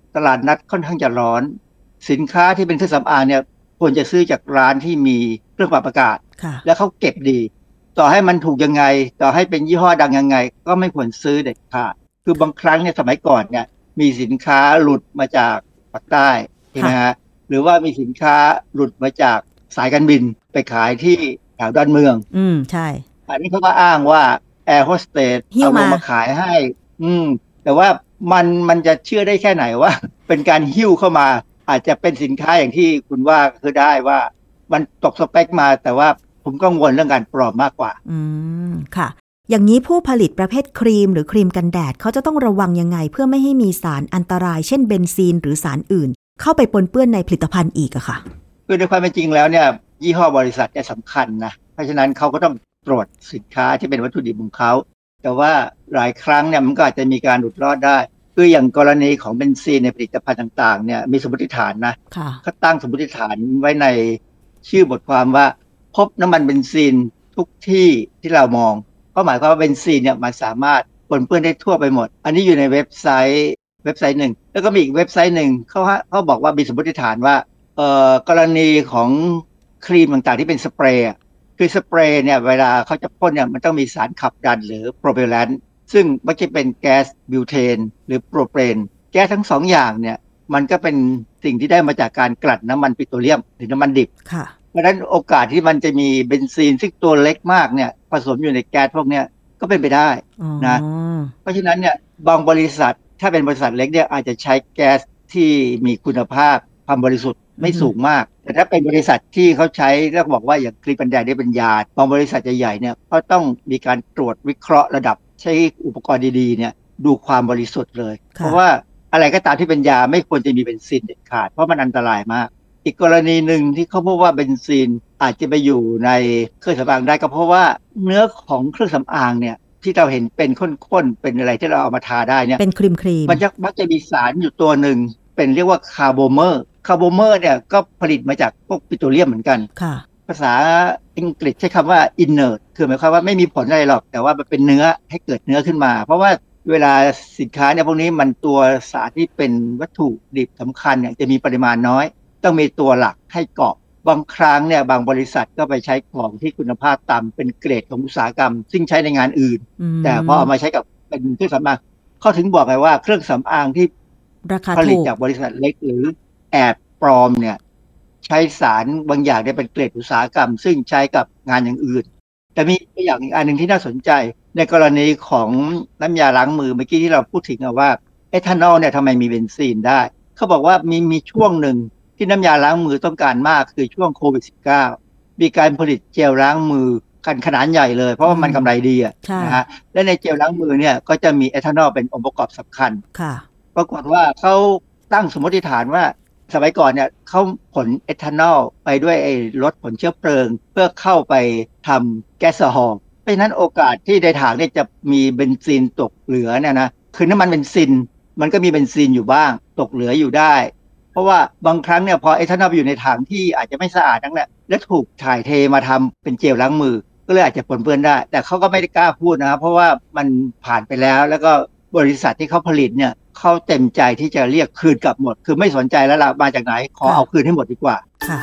ตลาดนัดค่อนข้างจะร้อนสินค้าที่เป็นเครื่องสำอางเนี่ยควรจะซื้อจากร้านที่มีเครื่องปรับอากาศแล้วเขาเก็บดีต่อให้มันถูกยังไงต่อให้เป็นยี่ห้อดังยังไงก็ไม่ควรซื้อเด็ดขาดคือบางครั้งเนี่ยสมัยก่อนเนี่ยมีสินค้าหลุดมาจากปากใต้ใช่ไหมฮะหรือว่ามีสินค้าหลุดมาจากสายการบินไปขายที่แถวดอนเมืองอืมใช่อันนี้เขาก็อ้างว่าแอร์โฮสเตสเอาลงมาขายให้อืมแต่ว่ามันมันจะเชื่อได้แค่ไหนว่าเป็นการหิ้วเข้ามาอาจจะเป็นสินค้าอย่างที่คุณว่าคือได้ว่ามันตกสเปคมาแต่ว่าผมกังวลเรื่องการปลอมมากกว่าอืมค่ะอย่างนี้ผู้ผลิตประเภทครีมหรือครีมกันแดดเขาจะต้องระวังยังไงเพื่อไม่ให้มีสารอันตรายเช่นเบนซีนหรือสารอื่นเข้าไปปนเปื้อนในผลิตภัณฑ์อีกอะค่ะคือในความเป็นจริงแล้วเนี่ยยี่ห้อบริษัทเนี่ยสำคัญนะเพราะฉะนั้นเขาก็ต้องตรวจสินค้าที่เป็นวัตถุดิบของเขาแต่ว่าหลายครั้งเนี่ยมันก็อาจจะมีการหลุดรอดได้คืออย่างกรณีของเบนซีนในผลิตภัณฑ์ต่างๆเนี่ยมีสมมติฐานนะเขาตั้งสมมติฐานไว้ในชื่อบทความว่าพบน้ำมันเบนซีนทุกที่ที่เรามองก็หมายความว่าเบนซีนเนี่ยมันสามารถปนเปื้อนได้ทั่วไปหมดอันนี้อยู่ในเว็บไซต์เว็บไซต์หนึ่งแล้วก็มีอีกเว็บไซต์หนึ่งเขาเขาบอกว่ามีสมมติฐานว่าเอ่อกรณีของครีมต่างๆที่เป็นสเปรย์คือสเปรย์เนี่ยเวลาเขาจะพ่นเนี่ยมันต้องมีสารขับดันหรือโปรเปลแลนต์ซึ่งไม่ใช่เป็นแก๊สบิวเทนหรือโปรเปนแก๊สทั้งสองอย่างเนี่ยมันก็เป็นสิ่งที่ได้มาจากการกลั่นน้ำมันปิโตรเลียมหรือน้ำมันดิบเพราะฉะนั้นโอกาสที่มันจะมีเบนซีนซึ่งตัวเล็กมากเนี่ยผสมอยู่ในแก๊สพวกเนี้ยก็เป็นไปได้นะเพราะฉะนั้นเนี่ยบางบริษัทถ้าเป็นบริษัทเล็กเนี่ยอาจจะใช้แก๊สที่มีคุณภาพความบริสุทธิ์ไม่สูงมากแต่ถ้าเป็นบริษัทที่เขาใช้แล้วบอกว่าอย่างครีมกันแดดได้เป็นยาบางบริษัทใหญ่ๆเนี่ยก็ต้องมีการตรวจวิเคราะห์ระดับใช้อุปกรณ์ดีๆเนี่ยดูความบริสุทธิ์เลยเพราะว่าอะไรก็ตามที่เป็นยาไม่ควรจะมีเบนซินเด็ดขาดเพราะมันอันตรายมากอีกกรณีหนึ่งที่เขาพบว่าเบนซินอาจจะไปอยู่ในเครื่องสำอางได้ก็เพราะว่าเนื้อของเครื่องสำอางเนี่ยที่เราเห็นเป็นข้นๆเป็นอะไรที่เราเอามาทาได้เนี่ยเป็นครีมครีมมันจะมักจะมีสารอยู่ตัวหนึ่งเป็นเรียกว่าคาร์โบเมอร์คาร์โบเมอร์เนี่ยก็ผลิตมาจากพวกปิโตรเลียมเหมือนกันภาษาอังกฤษใช้คำว่า inert คือหมายความว่าไม่มีผลอะไรหรอกแต่ว่ามันเป็นเนื้อให้เกิดเนื้อขึ้นมาเพราะว่าเวลาสินค้าเนี่ยพวกนี้มันตัวสารที่เป็นวัตถุดิบสำคัญเนี่ยจะมีปริมาณน้อยต้องมีตัวหลักให้เกาะบางครั้งเนี่ยบางบริษัทก็ไปใช้ของที่คุณภาพต่ำเป็นเกรดของอุตสาหกรรมซึ่งใช้ในงานอื่นแต่พอเอามาใช้กับเป็นเครื่องสำอางเขาถึงบอกไงว่าเครื่องสำอางที่ผลิตจากบริษัทเล็กหรือแอบปลอมเนี่ยใช้สารบางอย่างเนี่ยเป็นเกรดอุตสาหกรรมซึ่งใช้กับงานอย่างอื่นแต่มีอย่างอีกอันหนึ่งที่น่าสนใจในกรณีของน้ำยาล้างมือเมื่อกี้ที่เราพูดถึงว่าเอทานอลเนี่ยทำไมมีเบนซีนได้เขาบอกว่ามีมีช่วงหนึ่งที่น้ำยาล้างมือต้องการมากคือช่วงโควิด สิบเก้า มีการผลิตเจลล้างมือกันขนาดใหญ่เลยเพราะว่ามันกำไรดีอ่ะนะฮะและในเจลล้างมือเนี่ยก็จะมีเอทานอลเป็นองค์ประกอบสำคัญปรากฏว่าเขาตั้งสมมติฐานว่าสมัยก่อนเนี่ยเขาขนเอทานอลไปด้วยไอ้รถขนเชื้อเพลิงเพื่อเข้าไปทำแก๊สโซฮอล์เพราะฉะนั้นโอกาสที่ในถังเนี่ยจะมีเบนซินตกเหลือเนี่ยนะคือน้ำมันเบนซินมันก็มีเบนซินอยู่บ้างตกเหลืออยู่ได้เพราะว่าบางครั้งเนี่ยพอเอทานอลไปอยู่ในถังที่อาจจะไม่สะอาดนั่นแหละและถูกถ่ายเทมาทำเป็นเจลล้างมือก็เลยอาจจะปนเปื้อนได้แต่เขาก็ไม่ได้กล้าพูดนะครับเพราะว่ามันผ่านไปแล้วแล้วก็บริษัทที่เขาผลิตเนี่ยเขาเต็มใจที่จะเรียกคืนกลับหมดคือไม่สนใจแล้วล่ะมาจากไหนขอเอาคืนให้หมดดีกว่าค่ะ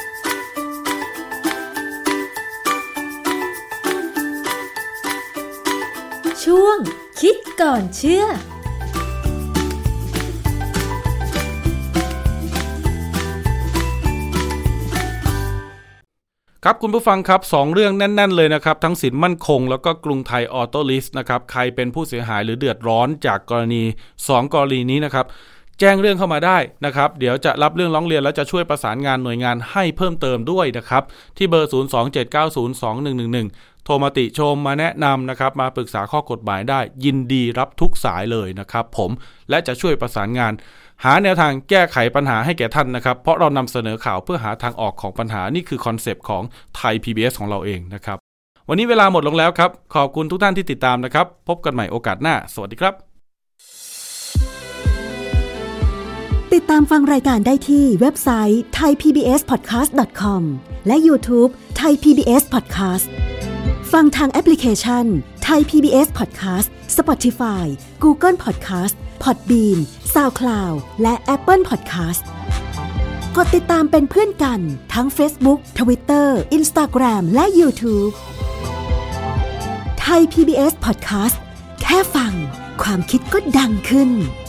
ช่วงคิดก่อนเชื่อครับคุณผู้ฟังครับสองเรื่องแน่นๆเลยนะครับทั้งสินมั่นคงแล้วก็กรุงไทยออโต้ลิสนะครับใครเป็นผู้เสียหายหรือเดือดร้อนจากกรณีสองกรณีนี้นะครับแจ้งเรื่องเข้ามาได้นะครับเดี๋ยวจะรับเรื่องร้องเรียนแล้วจะช่วยประสานงานหน่วยงานให้เพิ่มเติมด้วยนะครับที่เบอร์ศูนย์ สอง เจ็ด เก้า ศูนย์ สอง หนึ่ง หนึ่ง หนึ่งโทรมาติชมมาแนะนำนะครับมาปรึกษาข้อกฎหมายได้ยินดีรับทุกสายเลยนะครับผมและจะช่วยประสานงานหาแนวทางแก้ไขปัญหาให้แก่ท่านนะครับเพราะเรานำเสนอข่าวเพื่อหาทางออกของปัญหานี่คือคอนเซปต์ของไทย พี บี เอส ของเราเองนะครับวันนี้เวลาหมดลงแล้วครับขอบคุณทุกท่านที่ติดตามนะครับพบกันใหม่โอกาสหน้าสวัสดีครับติดตามฟังรายการได้ที่เว็บไซต์ ไทยพีบีเอสพอดแคสต์ ดอท คอม และ YouTube Thai พี บี เอส Podcast ฟังทางแอปพลิเคชัน Thai พี บี เอส Podcast Spotify Google Podcast Podbean SoundCloud และ Apple Podcast กดติดตามเป็นเพื่อนกันทั้ง Facebook Twitter Instagram และ YouTube ไทย พี บี เอส Podcast แค่ฟังความคิดก็ดังขึ้น